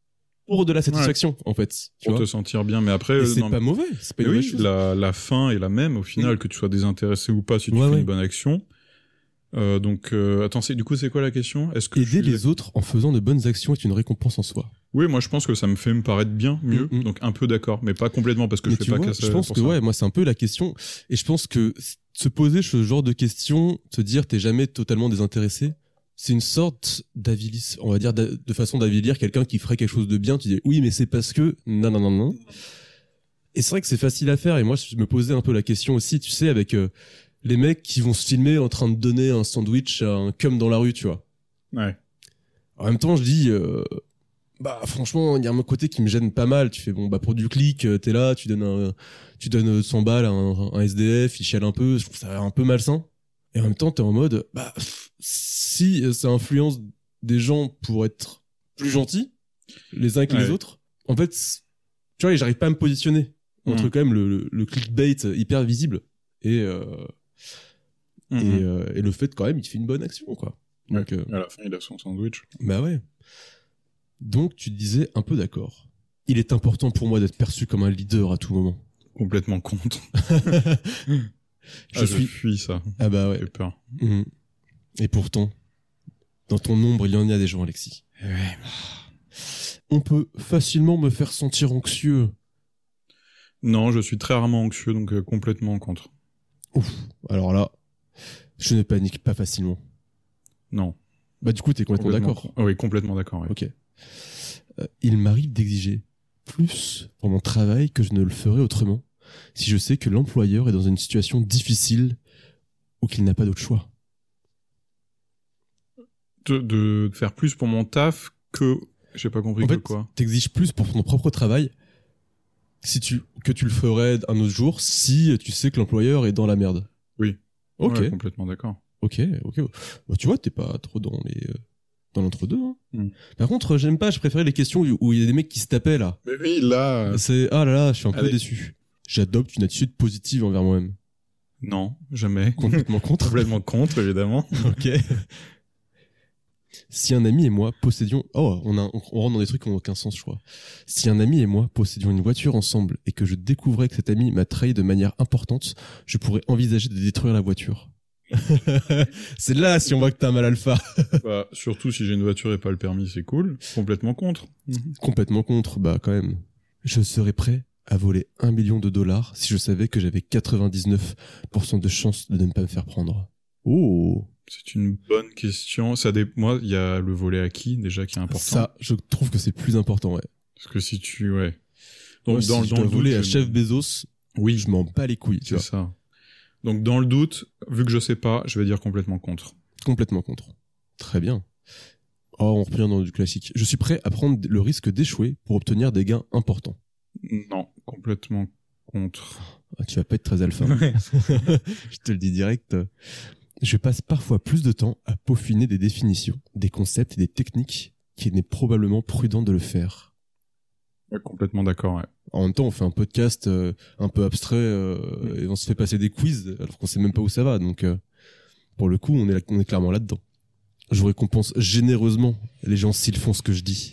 pour de la satisfaction, en fait. Tu Pour vois. te sentir bien. Mais après, Et c'est pas mauvais. C'est pas une mauvaise chose. la fin est la même au final, que tu sois désintéressé ou pas si tu fais une bonne action. Attends, du coup, c'est quoi la question? Est-ce que aider les autres en faisant de bonnes actions est une récompense en soi? Oui, moi je pense que ça me fait me paraître bien mieux, donc un peu d'accord, mais pas complètement parce que je fais pas casser. Je pense que moi c'est un peu la question, et je pense que se poser ce genre de questions, se dire t'es jamais totalement désintéressé, c'est une sorte d'avilis, on va dire de façon d'avilir quelqu'un qui ferait quelque chose de bien. Tu dis oui, mais c'est parce que non. Et c'est vrai que c'est facile à faire, et moi je me posais un peu la question aussi, tu sais, avec les mecs qui vont se filmer en train de donner un sandwich à un cum dans la rue, tu vois. Ouais. En même temps, je dis, franchement, il y a un côté qui me gêne pas mal. Tu fais, pour du clic, t'es là, tu donnes 100 balles à un SDF, il chiale un peu, je trouve ça un peu malsain. Et en même temps, t'es en mode, si ça influence des gens pour être plus gentils, les uns que les autres, en fait, tu vois, j'arrive pas à me positionner entre quand même le clickbait hyper visible et le fait quand même il fait une bonne action, quoi. Donc, à la fin il a son sandwich. Bah ouais. Donc tu disais un peu d'accord. Il est important pour moi d'être perçu comme un leader à tout moment. Complètement contre. Je fuis ça. Ah bah ouais. J'ai peur. Et pourtant, dans ton ombre, il y en a des gens, Alexis. Ouais. On peut facilement me faire sentir anxieux. Non, je suis très rarement anxieux, donc complètement contre. Ouf. Alors là, je ne panique pas facilement. Non. Bah du coup, t'es complètement d'accord. Oui, complètement d'accord. Ouais. Ok. Il m'arrive d'exiger plus pour mon travail que je ne le ferais autrement si je sais que l'employeur est dans une situation difficile ou qu'il n'a pas d'autre choix. De faire plus pour mon taf que... J'ai pas compris. En fait, quoi. T'exiges plus pour ton propre travail que tu le ferais un autre jour si tu sais que l'employeur est dans la merde. Oui. Ok. Ouais, complètement d'accord. Ok. Bah, tu vois, t'es pas trop dans l'entre-deux. Hein. Par contre, j'aime pas, je préférais les questions où il y a des mecs qui se tapaient là. Mais oui, là... C'est, ah là là, je suis un peu déçu. J'adopte une attitude positive envers moi-même. Non, jamais. Complètement contre. Complètement contre, évidemment. Ok. Si un ami et moi possédions... Oh, on rentre dans des trucs qui n'ont aucun sens, je crois. Si un ami et moi possédions une voiture ensemble et que je découvrais que cet ami m'a trahi de manière importante, je pourrais envisager de détruire la voiture. C'est là si on voit que t'as un mal alpha. Bah, surtout si j'ai une voiture et pas le permis, c'est cool. Complètement contre. Complètement contre, bah quand même. Je serais prêt à voler $1 million si je savais que j'avais 99% de chance de ne pas me faire prendre. Oh. C'est une bonne question. Moi, il y a le volet acquis, déjà, qui est important. Ça, je trouve que c'est le plus important, ouais. Parce que si tu... Ouais. Donc, moi, si je dois voler à Jeff Bezos, oui, je m'en bats les couilles. C'est ça. Donc, dans le doute, vu que je sais pas, je vais dire complètement contre. Complètement contre. Très bien. Oh, on revient dans du classique. Je suis prêt à prendre le risque d'échouer pour obtenir des gains importants. Non, complètement contre. Ah, tu vas pas être très alpha. Je te le dis direct. Je passe parfois plus de temps à peaufiner des définitions, des concepts et des techniques qu'il n'est probablement prudent de le faire. Ouais, complètement d'accord, ouais. En même temps, on fait un podcast un peu abstrait et on se fait passer des quiz alors qu'on sait même pas où ça va. Donc, pour le coup, on est clairement là-dedans. Je vous récompense généreusement les gens s'ils font ce que je dis.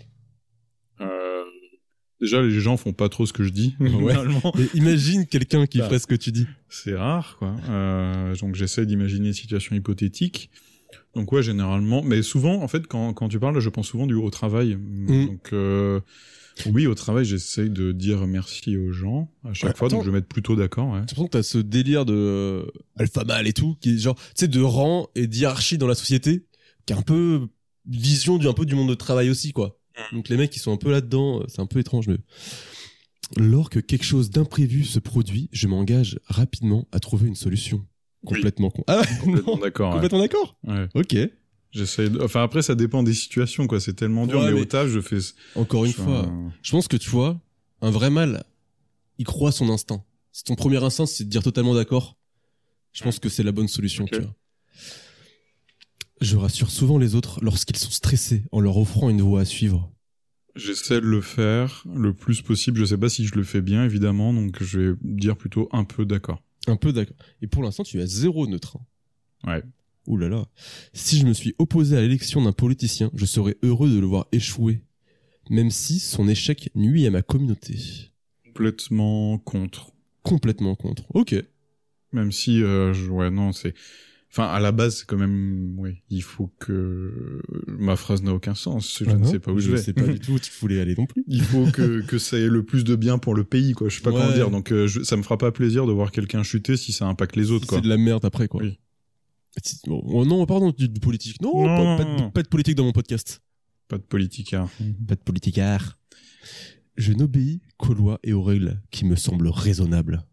Déjà, les gens font pas trop ce que je dis. Ouais. Mais imagine quelqu'un qui ferait ce que tu dis. C'est rare, quoi. Donc, j'essaie d'imaginer une situation hypothétique. Donc, ouais, généralement. Mais souvent, en fait, quand tu parles, je pense souvent au travail. Donc, oui, au travail, j'essaie de dire merci aux gens à chaque fois. Donc, je vais m'être plutôt d'accord, ouais. Tu penses que t'as ce délire de alpha mâle et tout, qui est genre, tu sais, de rang et d'hierarchie dans la société, qui est un peu vision un peu du monde de travail aussi, quoi. Donc les mecs qui sont un peu là-dedans, c'est un peu étrange. Mais... Lorsque quelque chose d'imprévu se produit, je m'engage rapidement à trouver une solution. Complètement con. Ah ouais, complètement d'accord. Complètement d'accord. Ouais. Ok. Enfin après ça dépend des situations, quoi. C'est tellement dur, mais au taf je fais. Encore une fois, je pense que tu vois, un vrai mâle, il croit son instinct. Si ton premier instinct c'est de dire totalement d'accord, je pense que c'est la bonne solution. Okay. Tu vois. Je rassure souvent les autres lorsqu'ils sont stressés en leur offrant une voie à suivre. J'essaie de le faire le plus possible. Je sais pas si je le fais bien, évidemment, donc je vais dire plutôt un peu d'accord. Un peu d'accord. Et pour l'instant, tu as 0 neutre. Ouais. Ouh là là. Si je me suis opposé à l'élection d'un politicien, je serais heureux de le voir échouer. même si son échec nuit à ma communauté. Complètement contre. Complètement contre. Ok. Même si, ouais, non, c'est... Enfin, à la base, c'est quand même... Oui, il faut que... Ma phrase n'a aucun sens, je ne sais pas où je vais. Je sais pas du tout où tu voulais aller non plus. Il faut que ça ait le plus de bien pour le pays, quoi. Je sais pas comment dire. Donc, ça me fera pas plaisir de voir quelqu'un chuter si ça impacte les autres, quoi. C'est de la merde après, quoi. Oui. Bon, non, pardon, du politique. Non, pas de politique dans mon podcast. Pas de politicard. Pas de politicard. Je n'obéis qu'aux lois et aux règles qui me semblent raisonnables.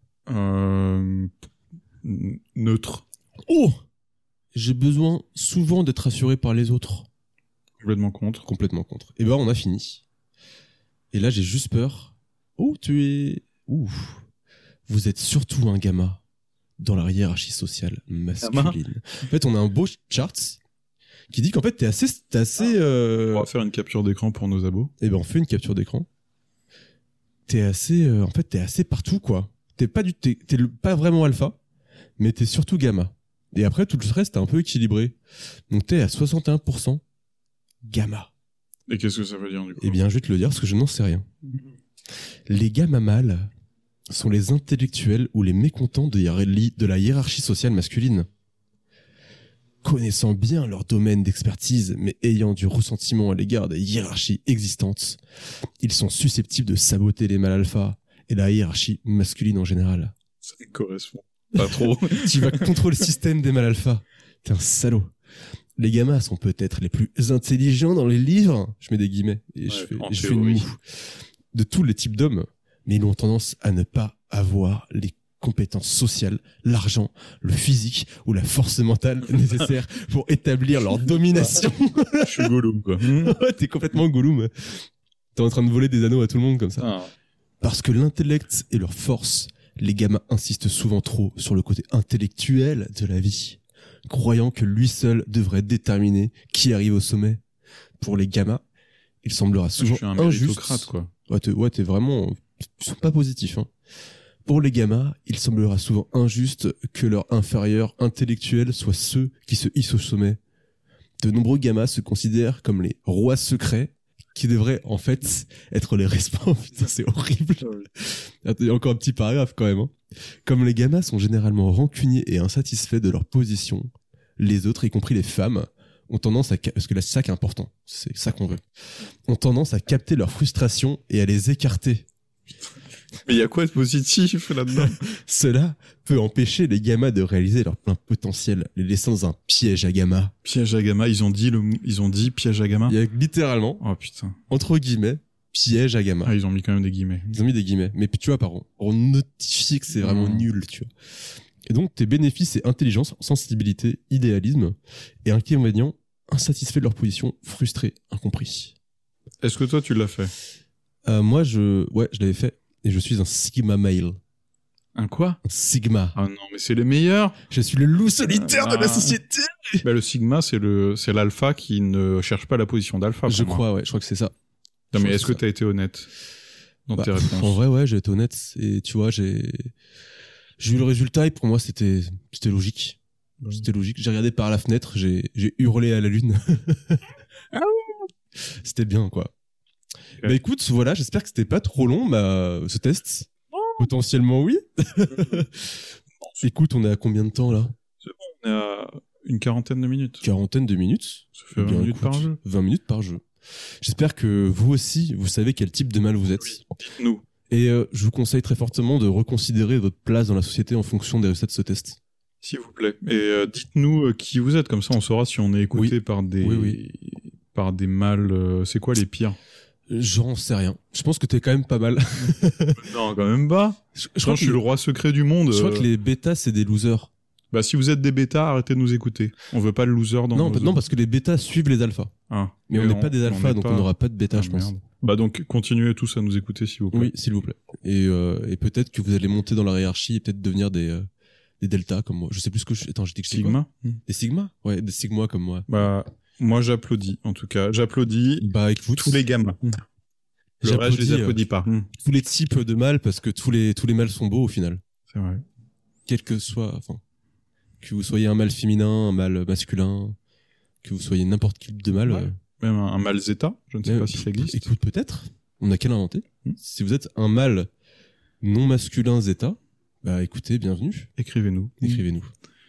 Neutre. Oh! J'ai besoin souvent d'être assuré par les autres. Complètement contre. Complètement contre. Et ben, on a fini. Et là, j'ai juste peur. Oh, vous êtes surtout un gamma dans la hiérarchie sociale masculine. En fait, on a un beau chart qui dit qu'en fait, t'es assez. On va faire une capture d'écran pour nos abos. Et ben, on fait une capture d'écran. T'es assez. En fait, t'es assez partout, quoi. T'es pas vraiment alpha, mais t'es surtout gamma. Et après, tout le reste, t'es un peu équilibré. Donc, t'es à 61% gamma. Et qu'est-ce que ça veut dire, du coup? Eh bien, je vais te le dire, parce que je n'en sais rien. Les gamma mâles sont les intellectuels ou les mécontents de la hiérarchie sociale masculine. Connaissant bien leur domaine d'expertise, mais ayant du ressentiment à l'égard des hiérarchies existantes, ils sont susceptibles de saboter les mâles alpha et la hiérarchie masculine en général. Ça correspond pas trop. Tu vas contre le système des mâles alpha. T'es un salaud. Les gammas sont peut-être les plus intelligents dans les livres. Je mets des guillemets et je fais une moue. De tous les types d'hommes, mais ils ont tendance à ne pas avoir les compétences sociales, l'argent, le physique ou la force mentale nécessaires pour établir leur domination. Je suis Gollum, quoi. Ouais, t'es complètement Gollum. T'es en train de voler des anneaux à tout le monde comme ça. Ah. Parce que l'intellect est leur force, les gamins insistent souvent trop sur le côté intellectuel de la vie, croyant que lui seul devrait déterminer qui arrive au sommet. Pour les gamins, il semblera souvent je suis un injuste. méritocrate, quoi. Ouais, t'es vraiment... Ils sont pas positifs, hein. Pour les gammas, il semblera souvent injuste que leurs inférieurs intellectuels soient ceux qui se hissent au sommet. De nombreux gammas se considèrent comme les rois secrets qui devraient en fait être les responsables. Putain, c'est horrible. Il y a encore un petit paragraphe quand même, hein. Comme les gammas sont généralement rancuniers et insatisfaits de leur position, les autres, y compris les femmes, ont tendance à... Parce que là, c'est ça qui est important. C'est ça qu'on veut. Ont tendance à capter leur frustration et à les écarter. Mais il y a quoi de positif là-dedans? Cela peut empêcher les gammas de réaliser leur plein potentiel, les laissant dans un piège à gamma. Piège à gamma, ils ont dit piège à gamma? Il y a littéralement, oh putain, entre guillemets, piège à gamma. Ah, ils ont mis quand même des guillemets. Ils ont mis des guillemets. Mais tu vois, on notifie que c'est vraiment nul, tu vois. Et donc, tes bénéfices, c'est intelligence, sensibilité, idéalisme, et inconvénients, insatisfaits de leur position, frustrés, incompris. Est-ce que toi, tu l'as fait? Moi, je l'avais fait. Et je suis un Sigma male. Un quoi? Un Sigma. Ah non, mais c'est les meilleurs. Je suis le loup solitaire de la société. Bah, le Sigma, c'est l'alpha qui ne cherche pas la position d'alpha. Je crois que c'est ça. Non, mais est-ce que t'as été honnête dans tes réponses? En vrai, ouais, j'ai été honnête. Et tu vois, j'ai eu le résultat et pour moi, c'était logique. C'était logique. J'ai regardé par la fenêtre, j'ai hurlé à la lune. C'était bien, quoi. Okay. Bah écoute, voilà, j'espère que c'était pas trop long, ce test. Potentiellement oui. Écoute, on est à combien de temps là? C'est bon, on est à une quarantaine de minutes. Quarantaine de minutes? Ça fait 20 minutes par jeu. 20 minutes par jeu. J'espère que vous aussi, vous savez quel type de mâle vous êtes. Oui, dites-nous. Et je vous conseille très fortement de reconsidérer votre place dans la société en fonction des résultats de ce test. S'il vous plaît. Et dites-nous qui vous êtes, comme ça on saura si on est écouté par des mâles. C'est quoi les pires? J'en sais rien. Je pense que t'es quand même pas mal. Non, quand même pas. Je crois que je suis le roi secret du monde. Je crois que les bêtas, c'est des losers. Bah, si vous êtes des bêtas, arrêtez de nous écouter. On veut pas le loser dans Non, parce que les bêtas suivent les alphas. Ah. Mais on n'est pas des alphas, donc on n'aura pas de bêta, je pense. Merde. Bah, donc, continuez tous à nous écouter, s'il vous plaît. Oui, s'il vous plaît. Et peut-être que vous allez monter dans la hiérarchie et peut-être devenir des deltas comme moi. Je sais plus ce que je suis. Attends, j'ai dit que Sigma? Des sigma? Ouais, des sigma comme moi. Bah, moi, j'applaudis, en tout cas. J'applaudis. Bah, écoute. Tous les gamins. Le reste, je les applaudis pas. Tous les types de mâles, parce que tous les mâles sont beaux au final. C'est vrai. Quel que soit, que vous soyez un mâle féminin, un mâle masculin, que vous soyez n'importe quel type de mâle. Même un mâle zeta, je ne sais pas si ça existe. Écoute, peut-être. On n'a qu'à l'inventer. Si vous êtes un mâle non masculin zeta, bah écoutez, bienvenue. Écrivez-nous. Écrivez-nous.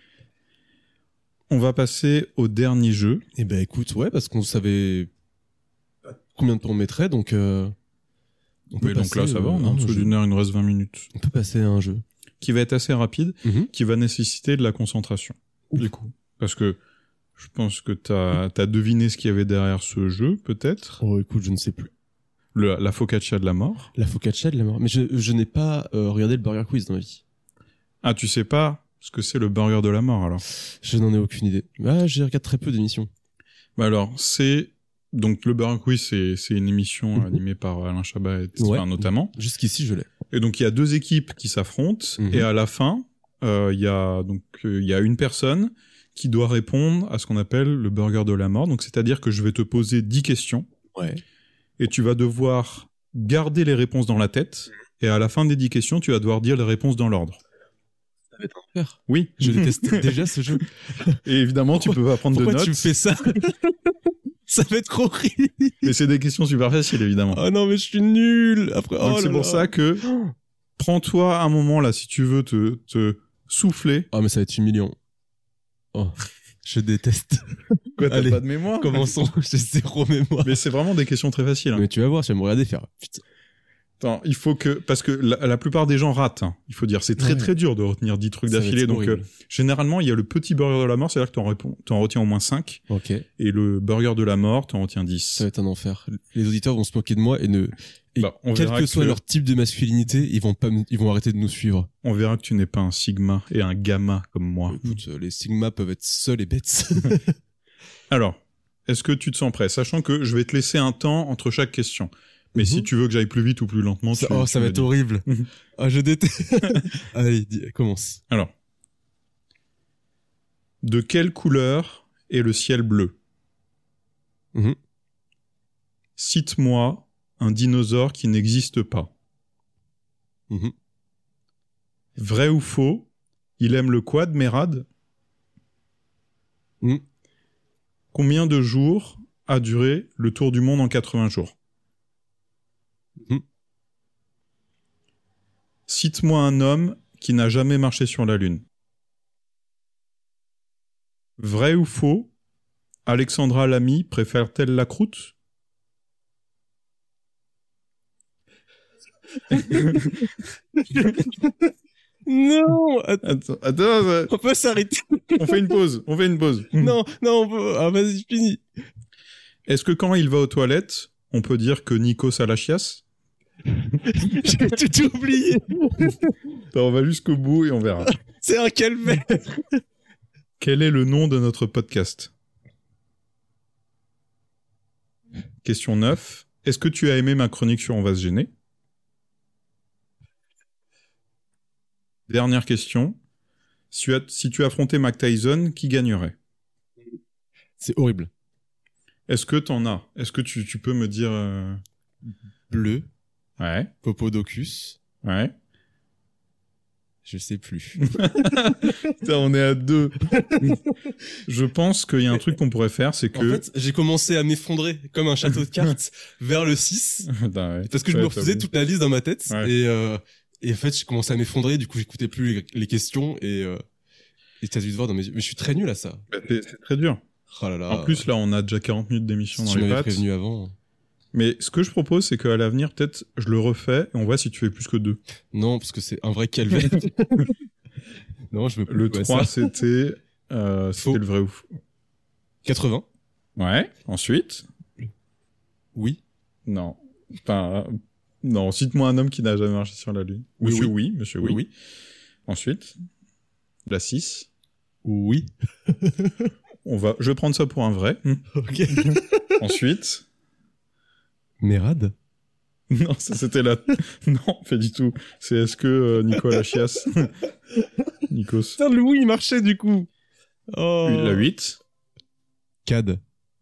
On va passer au dernier jeu. Eh ben écoute, ouais, parce qu'on savait combien de temps on mettrait, donc on peut passer, donc là, ça va. En dessous d'une heure, il nous reste 20 minutes. On peut passer à un jeu. Qui va être assez rapide, qui va nécessiter de la concentration. Du coup. Parce que je pense que t'as deviné ce qu'il y avait derrière ce jeu, peut-être. Oh, écoute, je ne sais plus. La focaccia de la mort. La focaccia de la mort. Mais je n'ai pas regardé le Burger Quiz dans ma vie. Ah, tu sais pas ce que c'est le burger de la mort, alors? Je n'en ai aucune idée. Ah, je regarde très peu d'émissions. Bah alors, donc le Burger Quiz, c'est une émission animée par Alain Chabat, notamment. Jusqu'ici, je l'ai. Et donc, il y a 2 équipes qui s'affrontent, et à la fin, il y a une personne qui doit répondre à ce qu'on appelle le burger de la mort. Donc, c'est-à-dire que je vais te poser 10 questions. Ouais. Et tu vas devoir garder les réponses dans la tête. Et à la fin des 10 questions, tu vas devoir dire les réponses dans l'ordre. Ça va être un enfer. Oui. Je déteste déjà ce jeu. Et évidemment, tu peux pas prendre de notes. Pourquoi tu fais ça? Ça va être horrible. Mais c'est des questions super faciles, évidemment. Oh non, mais je suis nul. Après, donc c'est pour ça que prends-toi un moment là, si tu veux te souffler. Ah, mais ça va être humiliant. Oh, je déteste. Quoi, t'as pas de mémoire? Commençons, j'ai 0 mémoire. Mais c'est vraiment des questions très faciles. Hein. Mais tu vas voir, tu vas me regarder faire. Putain. Attends, il faut que... Parce que la plupart des gens ratent, hein. Il faut dire, c'est très très dur de retenir 10 trucs d'affilée. Donc généralement, il y a le petit burger de la mort, c'est là que t'en retiens au moins 5. Ok. Et le burger de la mort, t'en retiens 10. Ça va être un enfer. Les auditeurs vont se moquer de moi et quel que soit leur type de masculinité, ils vont arrêter de nous suivre. On verra que tu n'es pas un sigma et un gamma comme moi. Écoute, les sigma peuvent être seuls et bêtes. Alors, est-ce que tu te sens prêt? Sachant que je vais te laisser un temps entre chaque question. Mais si tu veux que j'aille plus vite ou plus lentement, ça va être horrible. Ah, je déteste. Allez, commence. Alors. De quelle couleur est le ciel bleu? Cite-moi un dinosaure qui n'existe pas. Vrai ou faux? Il aime le quad, Mérad? Combien de jours a duré le tour du monde en 80 jours? Cite-moi un homme qui n'a jamais marché sur la Lune. Vrai ou faux? Alexandra Lamy préfère-t-elle la croûte? Non! Attends. On peut s'arrêter. On fait une pause. Non, on peut... Ah, vas-y, finis. Est-ce que quand il va aux toilettes, on peut dire que Nikos a la chiasse? J'ai tout oublié. On va jusqu'au bout et on verra. C'est un calvaire. Quel est le nom de notre podcast? Question 9. Est-ce que tu as aimé ma chronique sur On va se gêner? Dernière question. Si tu affrontais Mike Tyson, qui gagnerait? C'est horrible. Est-ce que t'en as? Est-ce que tu peux me dire... Bleu. Ouais. Popodocus. Ouais. Je sais plus. Putain, on est à 2. Je pense qu'il y a un truc qu'on pourrait faire, c'est que... En fait, j'ai commencé à m'effondrer comme un château de cartes vers le 6. Parce que je me refaisais toute la liste dans ma tête. Ouais. Et en fait, j'ai commencé à m'effondrer. Du coup, j'écoutais plus les questions et t'as dû te voir dans mes yeux. Mais je suis très nul à ça. C'est très dur. Oh là là. En plus, là, on a déjà 40 minutes d'émission dans les pattes. Tu m'avais prévenu avant. Mais ce que je propose, c'est qu'à l'avenir, peut-être, je le refais et on voit si tu fais plus que 2. Non, parce que c'est un vrai calvaire. Non, je veux plus. Le 3, c'était le vrai ou faux. 80. Ouais. Ensuite. Oui. Non. Enfin, non. Cite-moi un homme qui n'a jamais marché sur la Lune. Monsieur oui. Monsieur oui. Oui. Ensuite. La 6. Oui. Je vais prendre ça pour un vrai. Ok. Ensuite. Mérad? Non, ça c'était la... Non, pas du tout. C'est est-ce que Nicolas Chiasse... Nikos. Putain, le oui, il marchait du coup. Oh. La 8. Cad.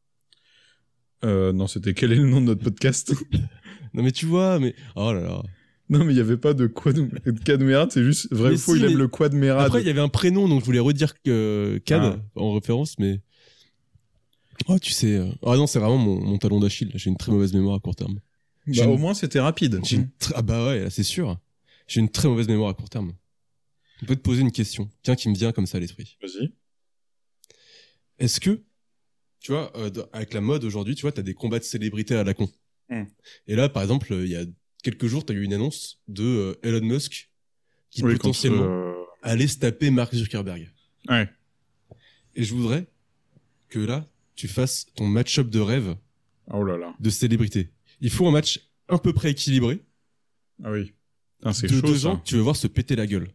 Non, c'était quel est le nom de notre podcast? Non mais tu vois, mais... Oh là là. Non, mais il n'y avait pas de Cad Mérad, c'est juste vrai ou faux, il aime le Quad Mérad. Après, il y avait un prénom, donc je voulais redire que Cad, en référence, mais... Oh, tu sais... Ah non, c'est vraiment mon talon d'Achille. J'ai une très mauvaise mémoire à court terme. Bah, au moins, c'était rapide. Ah bah ouais, là, c'est sûr. J'ai une très mauvaise mémoire à court terme. On peut te poser une question. Tiens, qui me vient comme ça à l'esprit. Vas-y. Est-ce que, tu vois, avec la mode aujourd'hui, tu vois, t'as des combats de célébrités à la con. Et là, par exemple, il y a quelques jours, t'as eu une annonce de Elon Musk qui potentiellement allait se taper Mark Zuckerberg. Ouais. Et je voudrais que là, tu fasses ton match-up de rêve de célébrités. Il faut un match à peu près équilibré. Ah oui. Putain, c'est de chaud, deux ça. gens que tu veux voir se péter la gueule.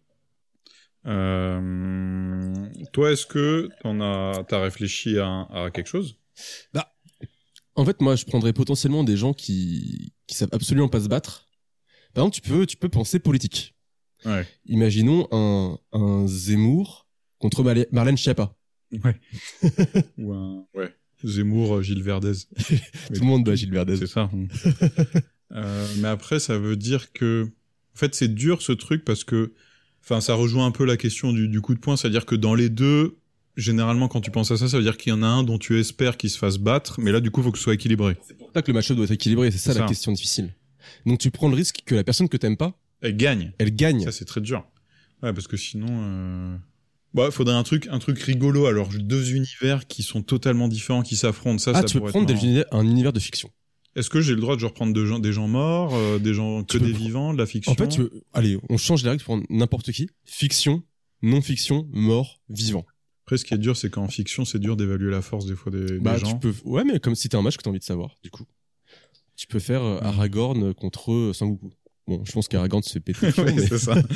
Toi, est-ce que t'as réfléchi à quelque chose? Bah, en fait, moi, je prendrais potentiellement des gens qui savent absolument pas se battre. Par exemple, tu peux penser politique. Ouais. Imaginons un Zemmour contre Marlène Schiappa. Ouais. Ouais. Zemmour, Gilles Verdez. Tout le monde bat Gilles Verdez. C'est ça. Mais après, ça veut dire que, en fait, c'est dur ce truc parce que, enfin, ça rejoint un peu la question du coup de poing, c'est-à-dire que dans les deux, généralement, quand tu penses à ça, ça veut dire qu'il y en a un dont tu espères qu'il se fasse battre, mais là, du coup, il faut que ce soit équilibré. C'est pour ça que le match-up doit être équilibré, c'est ça la question difficile. Donc tu prends le risque que la personne que t'aimes pas, elle gagne. Ça, c'est très dur. Ouais, parce que sinon, bah, faudrait un truc rigolo. Alors, deux univers qui sont totalement différents, qui s'affrontent. Ça tu peux prendre un univers de fiction. Est-ce que j'ai le droit de reprendre des gens morts, des gens des vivants, de la fiction? En fait, allez, on change les règles pour n'importe qui. Fiction, non-fiction, mort, vivant. Après, ce qui est dur, c'est qu'en fiction, c'est dur d'évaluer la force des fois des gens. Ouais, mais comme si t'es un match que t'as envie de savoir, du coup. Tu peux faire Aragorn contre Sangoku. Bon, je pense qu'Aragorn se fait péter. Oui, mais... c'est ça.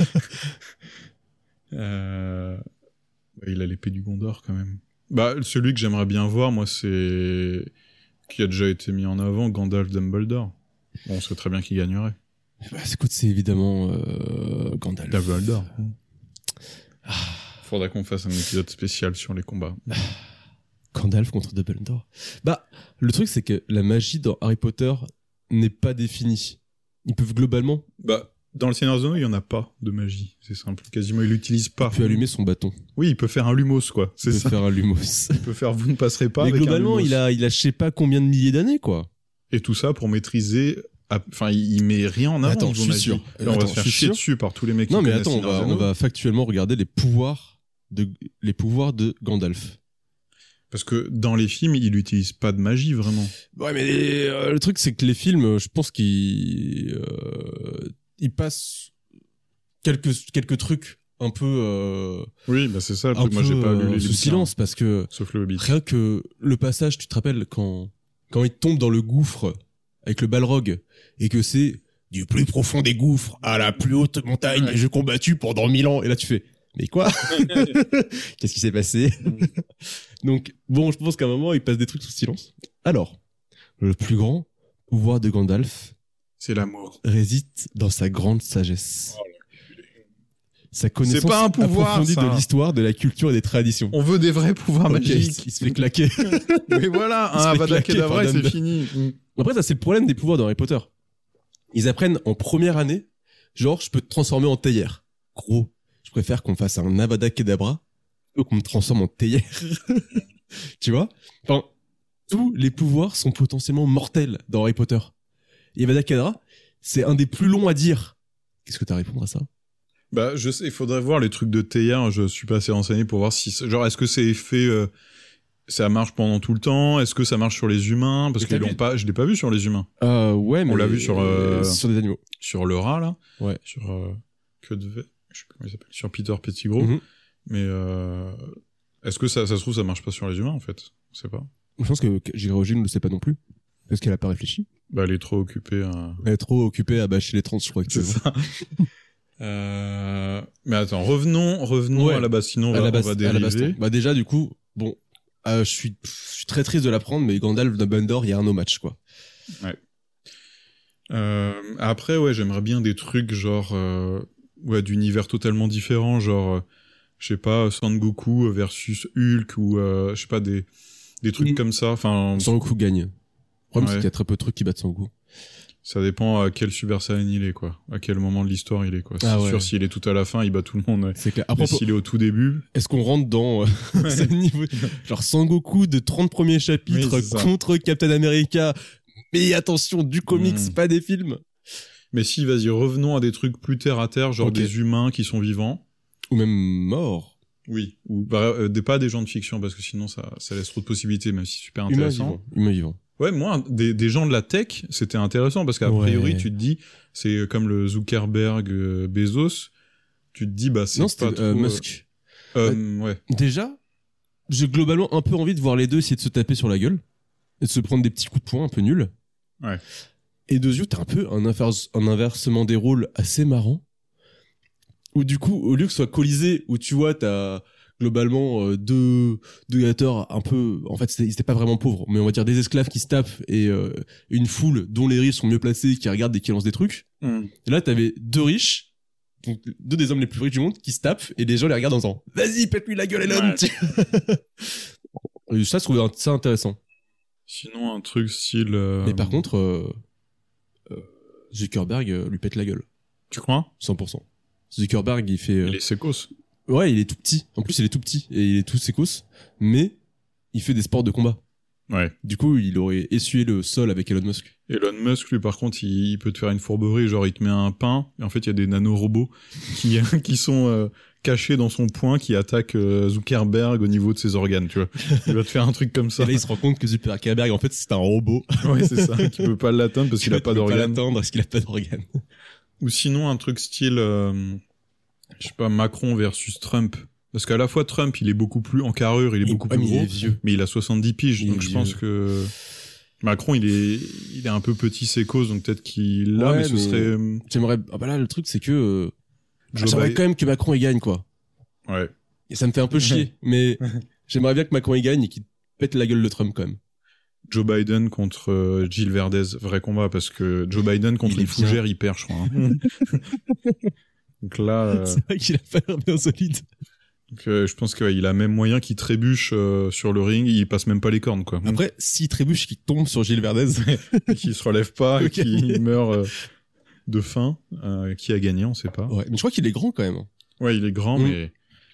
Il a l'épée du Gondor, quand même. Bah, celui que j'aimerais bien voir, moi, c'est... qui a déjà été mis en avant, Gandalf Dumbledore. Bon, on sait très bien qui gagnerait. Bah, écoute, c'est évidemment Gandalf. Dumbledore. Faudrait qu'on fasse un épisode spécial sur les combats. Gandalf contre Dumbledore. Bah, le truc, c'est que la magie dans Harry Potter n'est pas définie. Ils peuvent globalement... Bah, dans le Seigneur des Anneaux, il y en a pas de magie. C'est simple. Quasiment, il l'utilise pas. Il peut allumer son bâton. Oui, il peut faire un lumos, quoi. C'est ça. Il peut faire un lumos. Il peut faire vous ne passerez pas. Mais avec globalement, un lumos. il a je sais pas combien de milliers d'années, quoi. Et tout ça pour maîtriser... Enfin, il met rien en avant. Attends, je suis sûr. Là, on va se faire chier dessus par tous les mecs qui connaissent. Non, mais attends, on va factuellement regarder les pouvoirs de Gandalf. Parce que dans les films, il utilise pas de magie, vraiment. Ouais, mais le truc, c'est que les films, je pense qu'ils passent quelques trucs un peu... Oui, bah c'est ça. Moi, j'ai pas lu les sous silence, parce que... Sauf le Hobbit. Rien que le passage, tu te rappelles, quand il tombe dans le gouffre avec le Balrog, et que c'est du plus profond des gouffres à la plus haute montagne, et j'ai combattu pendant 1000 ans. Et là, tu fais... Mais quoi? Qu'est-ce qui s'est passé? Donc, bon, je pense qu'à un moment, il passe des trucs sous silence. Alors, le plus grand pouvoir de Gandalf, c'est l'amour, réside dans sa grande sagesse. Oh, sa connaissance c'est pas un pouvoir, approfondie ça. De l'histoire, de la culture et des traditions. On veut des vrais pouvoirs magiques. Il se fait claquer. Mais voilà, un Avada Kedavra, c'est fini. Après, ça, c'est le problème des pouvoirs dans Harry Potter. Ils apprennent en première année, genre, je peux te transformer en théière. Gros. Je préfère qu'on fasse un Avada Kedavra que qu'on me transforme en théière. Tu vois? Enfin, tous les pouvoirs sont potentiellement mortels dans Harry Potter. Et Avada Kedavra, c'est un des plus longs à dire. Qu'est-ce que t'as à répondre à ça? Bah, je sais, il faudrait voir les trucs de théière. Je suis pas assez renseigné pour voir si, genre, est-ce que c'est effet, ça marche pendant tout le temps? Est-ce que ça marche sur les humains? Parce qu'ils l'ont pas, je l'ai pas vu sur les humains. Ouais, mais on l'a vu sur des animaux. Sur le rat, là. Ouais. Sur, je sais plus comment il s'appelle, sur Peter Pettigrew. Mais est-ce que ça se trouve, ça marche pas sur les humains, en fait? On sait pas. Je pense que J.K. Rowling ne le sait pas non plus. Parce qu'elle a pas réfléchi. Bah, elle est trop occupée à... Elle est trop occupée à bâcher les trans, je crois que c'est ça. Mais attends, revenons à la base, sinon on va dériver. Bah, déjà, du coup, bon, je suis très triste de l'apprendre, mais Gandalf Dumbledore, il y a un no match, quoi. Ouais. Après, ouais, j'aimerais bien des trucs genre, ouais, d'univers totalement différents, genre, je sais pas, Sangoku versus Hulk ou, je sais pas, des trucs comme ça. Enfin, Sangoku gagne. Le problème, c'est Ouais. qu'il y a très peu de trucs qui battent son goût. Ça dépend à quel Super Saiyan il est, quoi. À quel moment de l'histoire il est, quoi. Ah C'est ouais. sûr, s'il est tout à la fin, il bat tout le monde. Ouais. C'est clair. Mais Après, s'il est au tout début, est-ce qu'on rentre dans ce niveau, genre Sangoku de 30 premiers chapitres Oui, c'est ça. contre Captain America, mais attention, du comics, pas des films. mais si, vas-y, revenons à des trucs plus terre à terre, genre Ok. des humains qui sont vivants. Ou même morts. Oui. Ou pas des gens de fiction, parce que sinon ça laisse trop de possibilités, même si c'est super Humains intéressant. vivants. Humains vivants. Ouais, moi, des gens de la tech, c'était intéressant, parce qu'a priori, Ouais. tu te dis, c'est comme le Zuckerberg, Bezos, tu te dis, bah, c'est Non, pas c'était trop... Musk. Ouais. Déjà, j'ai globalement un peu envie de voir les deux essayer de se taper sur la gueule et de se prendre des petits coups de poing un peu nuls. Ouais. Et de yeux, t'as un peu un inversement des rôles assez marrant. Où du coup, au lieu que ce soit Colisée, où tu vois, t'as globalement deux gladiateurs un peu... En fait, ils étaient pas vraiment pauvres, mais on va dire des esclaves qui se tapent et une foule dont les riches sont mieux placés, qui regardent et qui lancent des trucs. Et là, t'avais deux riches, donc deux des hommes les plus riches du monde, qui se tapent et les gens les regardent en disant « Vas-y, pète-lui la gueule, Elon Ouais. !» Et ça, je trouvais ça intéressant. Sinon, un truc style... Mais par contre, Zuckerberg lui pète la gueule. Tu crois 100%. Zuckerberg, il fait... Il est sécos. Ouais, il est tout petit. En plus, il est tout petit et il est tout sécos. Mais il fait des sports de combat. Ouais. Du coup, il aurait essuyé le sol avec Elon Musk. Elon Musk, lui, par contre, il peut te faire une fourberie, genre il te met un pain, et en fait, il y a des nanorobots qui sont cachés dans son poing, qui attaquent Zuckerberg au niveau de ses organes, tu vois. Il va te faire un truc comme ça. Et là, il se rend compte que Zuckerberg, en fait, c'est un robot. Ouais, c'est ça, qui peut pas l'atteindre parce qu'il a pas Il peut d'organes. l'atteindre parce qu'il a pas d'organes. Ou sinon, un truc style, je sais pas, Macron versus Trump. Parce qu'à la fois, Trump, il est beaucoup plus en carrure, il est beaucoup plus mais il gros, est vieux. mais il a 70 piges, Il est donc je vieux. pense que Macron, il est un peu petit sécos, donc peut-être qu'il l'a, Ouais, mais ce mais serait J'aimerais... Ah bah là, le truc, c'est que... Joe j'aimerais Biden. quand même que Macron, il gagne, quoi. Ouais. Et ça me fait un peu chier. Mais j'aimerais bien que Macron, il gagne et qu'il pète la gueule de Trump, quand même. Joe Biden contre Jill Verdez, vrai combat, parce que Joe Biden contre Il est les fougères, il perd, je crois. Hein. Donc là, C'est vrai qu'il a pas l'air bien solide. je pense qu'il a même moyen qu'il trébuche sur le ring, il passe même pas les cornes, quoi. Après, s'il trébuche, qu'il tombe sur Gilles Verdez, Qu'il se relève pas, et Ok. qu'il meurt de faim, qui a gagné, on sait pas. ouais. Mais je crois qu'il est grand quand même. Ouais, il est grand, Mm. mais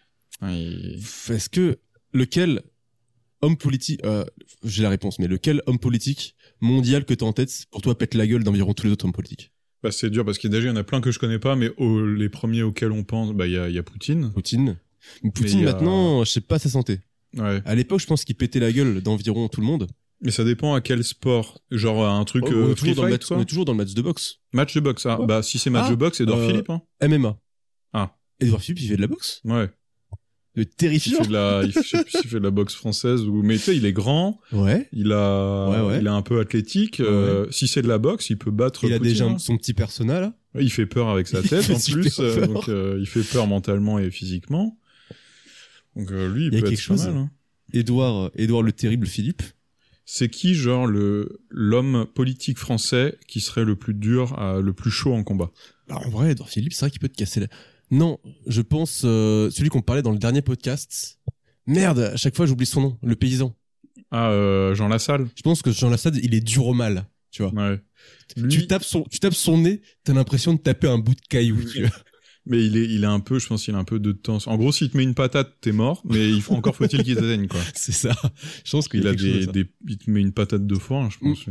Est-ce que lequel homme politique, j'ai la réponse, mais lequel homme politique mondial que t'as en tête pour toi pète la gueule d'environ tous les autres hommes politiques? bah, c'est dur parce qu'il y en a plein que je connais pas, mais les premiers auxquels on pense, bah il y a Poutine. Poutine. Mais Poutine il y a- maintenant, je sais pas sa santé. Ouais. À l'époque, je pense qu'il pétait la gueule d'environ tout le monde. Mais ça dépend à quel sport. Genre un truc on, est free toujours dans le fight, match, quoi. on est toujours dans le match de boxe. Match de boxe. Ah, Ouais. bah si c'est match Ah, de boxe, Edouard Philippe. Hein. MMA. Ah. Edouard Philippe, il fait de la boxe. Ouais. Le Il terrifiant. fait de la, je sais plus s'il fait de la boxe française ou, mais tu sais, il est grand, Ouais. il Ouais. est un peu athlétique. Ouais. Si c'est de la boxe, il peut battre. Il a Poutine, déjà hein. son petit persona là. Ouais, il fait peur avec sa Il tête fait en plus, super peur. donc il fait peur mentalement et physiquement. Donc lui, il Il y a peut quelque être pas chose. mal. Hein. Edouard le terrible Philippe. C'est qui, genre l'homme politique français qui serait le plus dur, le plus chaud en combat? Bah, en vrai, Edouard Philippe, c'est vrai qu'il peut te casser la... Non, je pense celui qu'on parlait dans le dernier podcast. Merde, à chaque fois j'oublie son nom, le paysan. Ah, Jean Lassalle. Je pense que Jean Lassalle, il est dur au mal, tu vois. Ouais. Lui, Tu tapes son nez, t'as l'impression de taper un bout de caillou, tu vois. mais il est un peu, je pense qu'il a un peu de temps. En gros, s'il te met une patate, t'es mort, mais encore faut-il qu'il t'atteigne, quoi. C'est ça. Je pense qu'il Il y a a quelque chose à ça. il te met une patate de foin, je pense.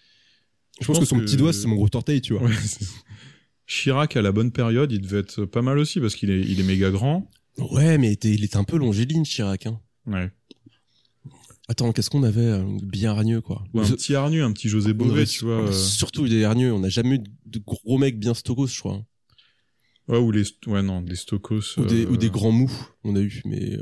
Je pense que son petit doigt, c'est mon gros orteil, tu vois. Ouais, Chirac, à la bonne période, il devait être pas mal aussi, parce qu'il est méga grand. Ouais, mais il était un peu longéline, Chirac, hein. Ouais. Attends, qu'est-ce qu'on avait bien hargneux, quoi. Ou un petit Arnu, un petit José Bové, tu on vois. a surtout eu des hargneux. On n'a jamais eu de gros mecs bien stokos, je crois. Ouais, ou des Stokos. Ou des grands mous, on a eu. Mais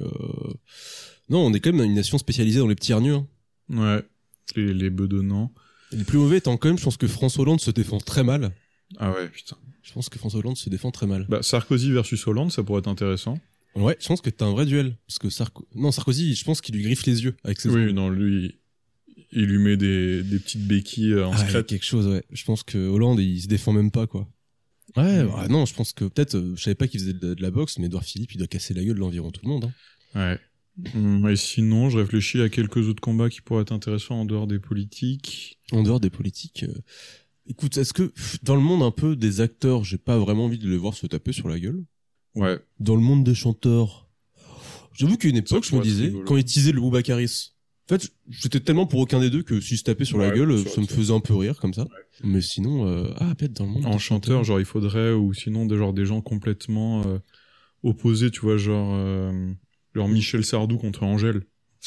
non, on est quand même une nation spécialisée dans les petits hargneux. Hein. Ouais. Les bedonnants. Et le plus mauvais étant quand même, je pense que François Hollande se défend très mal. Ah ouais, putain. Je pense que François Hollande se défend très mal. Bah, Sarkozy versus Hollande, ça pourrait être intéressant. Ouais, je pense que t'as un vrai duel. Parce que Sarkozy, je pense qu'il lui griffe les yeux avec ses Oui, ongles. non, lui, il lui met des petites béquilles en Ah, il y a secret. quelque chose, ouais. Je pense que Hollande, il se défend même pas, quoi. Ouais, bah, non, je pense que peut-être, je savais pas qu'il faisait de la boxe, mais Edouard Philippe, il doit casser la gueule d'environ tout le monde. Hein. Ouais. Et sinon, je réfléchis à quelques autres combats qui pourraient être intéressants en dehors des politiques. En dehors des politiques, écoute, est-ce que dans le monde un peu des acteurs, j'ai pas vraiment envie de les voir se taper sur la gueule. Ouais. Dans le monde des chanteurs, j'avoue qu'à une époque, je me pourrait être disais, rigolo. quand ils teasaient le Boubacaris, en fait, j'étais tellement pour aucun des deux que s'ils se tapaient sur la Ouais, gueule, ça ça me aurait faisait un peu rire comme ça. Mais sinon, peut-être dans le monde En des chanteur, genre, il faudrait, ou sinon, des gens complètement opposés, tu vois, genre Michel Sardou contre Angèle.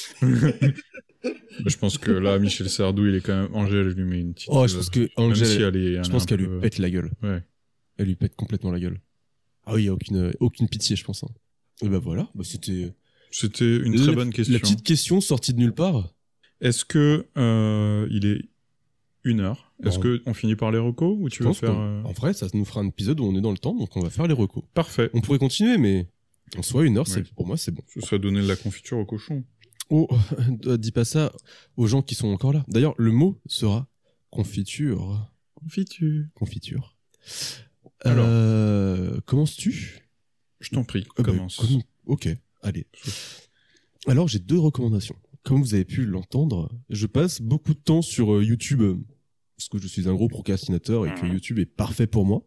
Je pense que là, Michel Sardou, il est quand même... Angèle, je lui mets une petite... Oh, je pense que même Angèle, si elle je pense est qu'elle un lui peu- pète la gueule. Ouais. Elle lui pète complètement la gueule. Ah oui, il y a aucune pitié, je pense. Hein. Et bah voilà, c'était C'était une très bonne question. La petite question sortie de nulle part. Est-ce que il est 1 heure? Est-ce Bon. que on finit par les recos ou tu Je veux pense faire... en vrai, ça nous fera un épisode où on est dans le temps, donc on va faire les recos. Parfait. On pourrait continuer, mais en soi, 1 heure, Ouais. pour moi, c'est bon. Ce serait donner de la confiture au cochon. Oh, dis pas ça aux gens qui sont encore là. D'ailleurs, le mot sera confiture. Confiture. Alors. Commences-tu? Je t'en prie, bah, commence. Ok, allez. Alors, j'ai 2 recommandations. Comme vous avez pu l'entendre, je passe beaucoup de temps sur YouTube, parce que je suis un gros procrastinateur et que YouTube est parfait pour moi.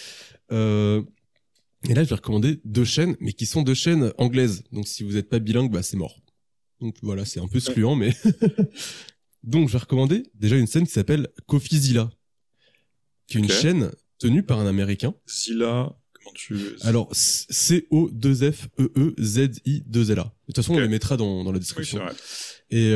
Et là, je vais recommander 2 chaînes, mais qui sont 2 chaînes anglaises. Donc, si vous n'êtes pas bilingue, bah, c'est mort. Donc, voilà, c'est un peu excluant, mais... Donc, je vais recommander déjà une chaîne qui s'appelle CoffeeZilla, qui est une chaîne tenue par un Américain. Zilla, comment tu... Alors, CoEezezi2LA. De toute façon, on les mettra dans la description. Oui, Et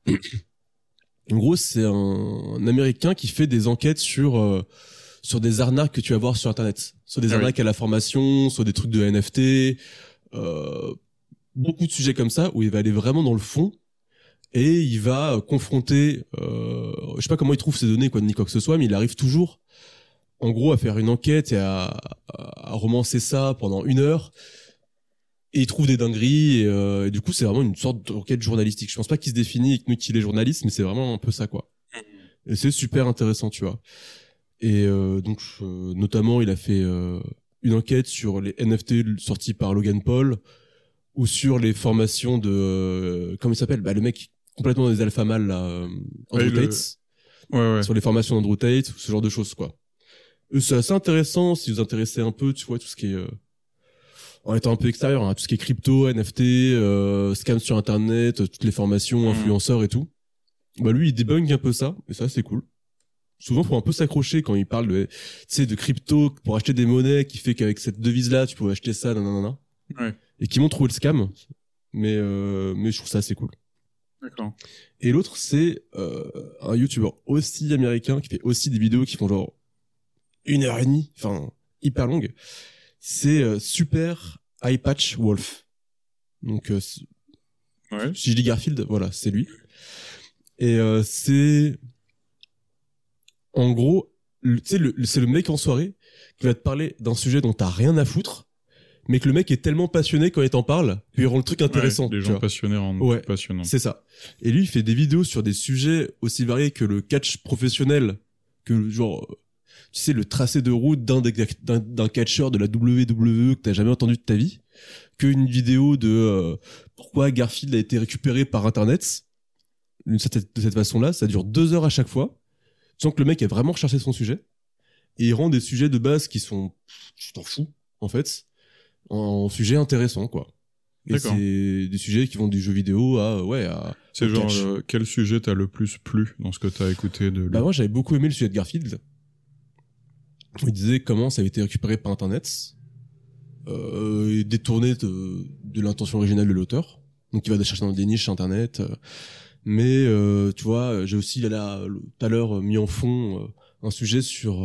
en gros, c'est un Américain qui fait des enquêtes sur des arnaques que tu vas voir sur Internet. Sur des arnaques à la formation, sur des trucs de NFT, beaucoup de sujets comme ça, où il va aller vraiment dans le fond, et il va confronter, je sais pas comment il trouve ces données, ni quoi que ce soit, mais il arrive toujours, en gros, à faire une enquête et à romancer ça pendant 1 heure, et il trouve des dingueries, et du coup, c'est vraiment une sorte d'enquête journalistique. Je pense pas qu'il se définit qu'il est journaliste, mais c'est vraiment un peu ça, quoi. Et c'est super intéressant, tu vois. Et donc, notamment, il a fait une enquête sur les NFT sortis par Logan Paul, ou sur les formations de... comment il s'appelle ? Bah, le mec complètement dans les alpha mâles, là, Andrew Tate. Ouais. Sur les formations d'Andrew Tate, ce genre de choses, quoi. C'est assez intéressant si vous intéressez un peu, tu vois, tout ce qui est... en étant un peu extérieur, hein, tout ce qui est crypto, NFT, scam sur Internet, toutes les formations, influenceurs et tout. Bah lui, il débunk un peu ça, et ça, c'est cool. Souvent, faut un peu s'accrocher quand il parle de, tu sais, de crypto pour acheter des monnaies, qui fait qu'avec cette devise-là, tu pouvais acheter ça, nanana. Ouais. Et qui m'ont trouvé le scam. Mais je trouve ça assez cool. D'accord. Et l'autre, c'est un YouTuber aussi américain qui fait aussi des vidéos qui font genre 1h30, enfin hyper longues. C'est Super Eye Patch Wolf. Donc si je dis Garfield, voilà, c'est lui. Et c'est en gros, tu sais, c'est le mec en soirée qui va te parler d'un sujet dont t'as rien à foutre, mais que le mec est tellement passionné quand il t'en parle qu'il rend le truc intéressant. Les gens passionnés rendent passionnants. C'est ça. Et lui, il fait des vidéos sur des sujets aussi variés que le catch professionnel, que genre, tu sais, le tracé de route d'un catcheur de la WWE que t'as jamais entendu de ta vie, qu'une vidéo de pourquoi Garfield a été récupéré par Internet. De cette façon-là, ça dure 2 heures à chaque fois. Tu sens que le mec a vraiment recherché son sujet. Et il rend des sujets de base qui sont, tu t'en fous, en fait, en sujets intéressants, quoi. Et c'est des sujets qui vont du jeu vidéo à c'est genre quel sujet t'as le plus plu dans ce que t'as écouté de lui? Bah moi j'avais beaucoup aimé le sujet de Garfield. Il disait comment ça avait été récupéré par Internet, et détourné de l'intention originale de l'auteur. Donc il va chercher dans des niches Internet. Mais tu vois, j'ai aussi tout à l'heure mis en fond un sujet sur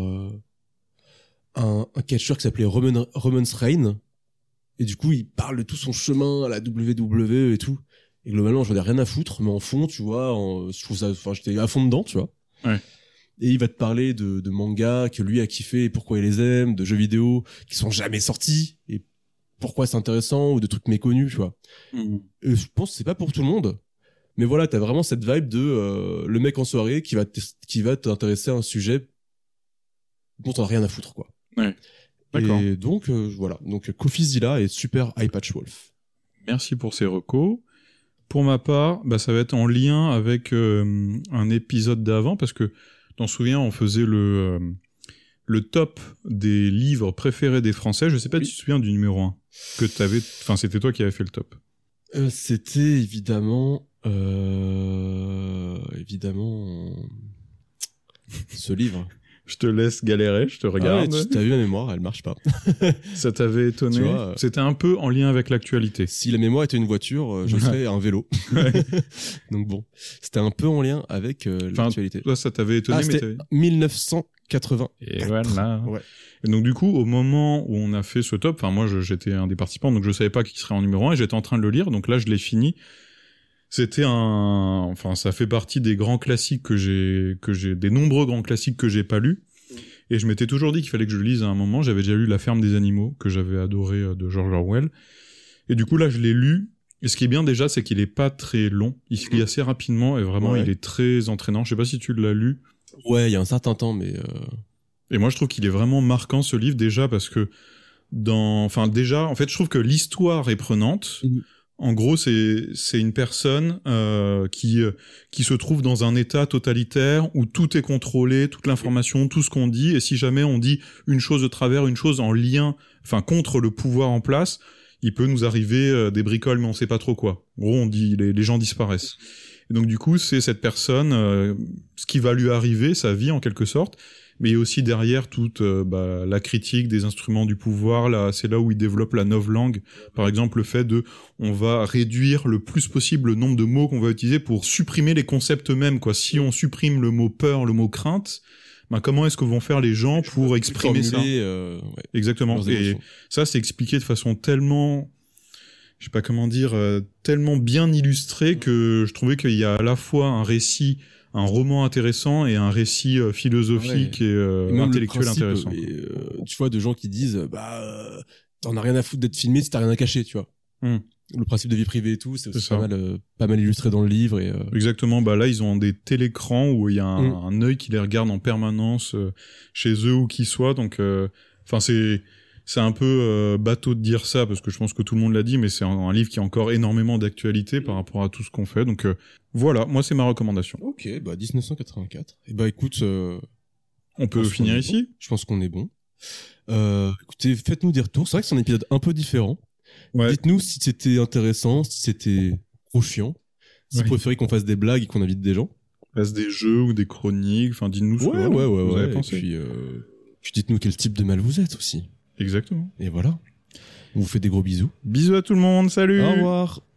un catcheur qui s'appelait Roman Reigns. Et du coup, il parle de tout son chemin à la WWE et tout. Et globalement, j'en ai rien à foutre, mais en fond, tu vois, je trouve ça, enfin, j'étais à fond dedans, tu vois. Ouais. Et il va te parler de mangas que lui a kiffé et pourquoi il les aime, de jeux vidéo qui sont jamais sortis et pourquoi c'est intéressant, ou de trucs méconnus, tu vois. Et je pense que c'est pas pour tout le monde. Mais voilà, t'as vraiment cette vibe de le mec en soirée qui va t'intéresser à un sujet dont t'en as rien à foutre, quoi. Ouais. D'accord. Et donc voilà, donc CoffeeZilla et Super Eye Patch Wolf. Merci pour ces recos. Pour ma part, ça va être en lien avec un épisode d'avant, parce que, t'en souviens, on faisait le top des livres préférés des Français. Je sais pas si tu te souviens du numéro 1 que t'avais... Enfin, c'était toi qui avais fait le top. C'était évidemment ce livre. Je te laisse galérer, je te regarde. Ah ouais, t'as vu, la mémoire, elle marche pas. Ça t'avait étonné. Tu vois, c'était un peu en lien avec l'actualité. Si la mémoire était une voiture, je serais un vélo. Ouais. Donc bon, c'était un peu en lien avec l'actualité. Toi, ça t'avait étonné, mais c'était 1980. Et voilà. Ouais. Et donc du coup, au moment où on a fait ce top, moi j'étais un des participants, donc je savais pas qui serait en numéro 1 et j'étais en train de le lire, donc là je l'ai fini. C'était ça fait partie des grands classiques des nombreux grands classiques que j'ai pas lus. Et je m'étais toujours dit qu'il fallait que je le lise à un moment. J'avais déjà lu La Ferme des animaux, que j'avais adoré, de George Orwell. Et du coup, là, je l'ai lu. Et ce qui est bien déjà, c'est qu'il est pas très long. Il se lit assez rapidement et vraiment, il est très entraînant. Je sais pas si tu l'as lu. Ouais, il y a un certain temps, mais Et moi, je trouve qu'il est vraiment marquant, ce livre, déjà, parce que je trouve que l'histoire est prenante. En gros, c'est une personne qui se trouve dans un état totalitaire où tout est contrôlé, toute l'information, tout ce qu'on dit, et si jamais on dit une chose de travers, une chose en lien, contre le pouvoir en place, il peut nous arriver des bricoles, mais on sait pas trop quoi. En gros, on dit les gens disparaissent. Et donc du coup, c'est cette personne, ce qui va lui arriver, sa vie en quelque sorte. Mais il y a aussi derrière toute la critique des instruments du pouvoir. Là, c'est là où il développe la novlangue. Par exemple, le fait on va réduire le plus possible le nombre de mots qu'on va utiliser pour supprimer les concepts eux-mêmes, quoi. Si on supprime le mot peur, le mot crainte, comment est-ce que vont faire les gens pour exprimer ça? Exactement. Et ça, c'est expliqué de façon tellement, je sais pas comment dire, tellement bien illustrée que je trouvais qu'il y a à la fois un roman intéressant et un récit philosophique et intellectuel intéressant. Tu vois, de gens qui disent t'en as rien à foutre d'être filmé si t'as rien à cacher, tu vois. Le principe de vie privée et tout, c'est aussi pas mal illustré dans le livre. Et Exactement, là ils ont des télécrans où il y a un œil qui les regarde en permanence chez eux ou qui soit, donc c'est un peu bateau de dire ça parce que je pense que tout le monde l'a dit, mais c'est un livre qui a encore énormément d'actualité par rapport à tout ce qu'on fait. Donc voilà, moi c'est ma recommandation. Ok, 1984. Et écoute, on peut finir ici. Je pense qu'on est bon. Écoutez, faites-nous des retours. C'est vrai que c'est un épisode un peu différent. Ouais. Dites-nous si c'était intéressant, si c'était trop chiant, si vous préférez qu'on fasse des blagues et qu'on invite des gens. On fasse des jeux ou des chroniques. Dites-nous ce que vous avez pensé. Et puis dites-nous quel type de mal vous êtes aussi. Exactement. Et voilà. On vous fait des gros bisous. Bisous à tout le monde, salut. Au revoir.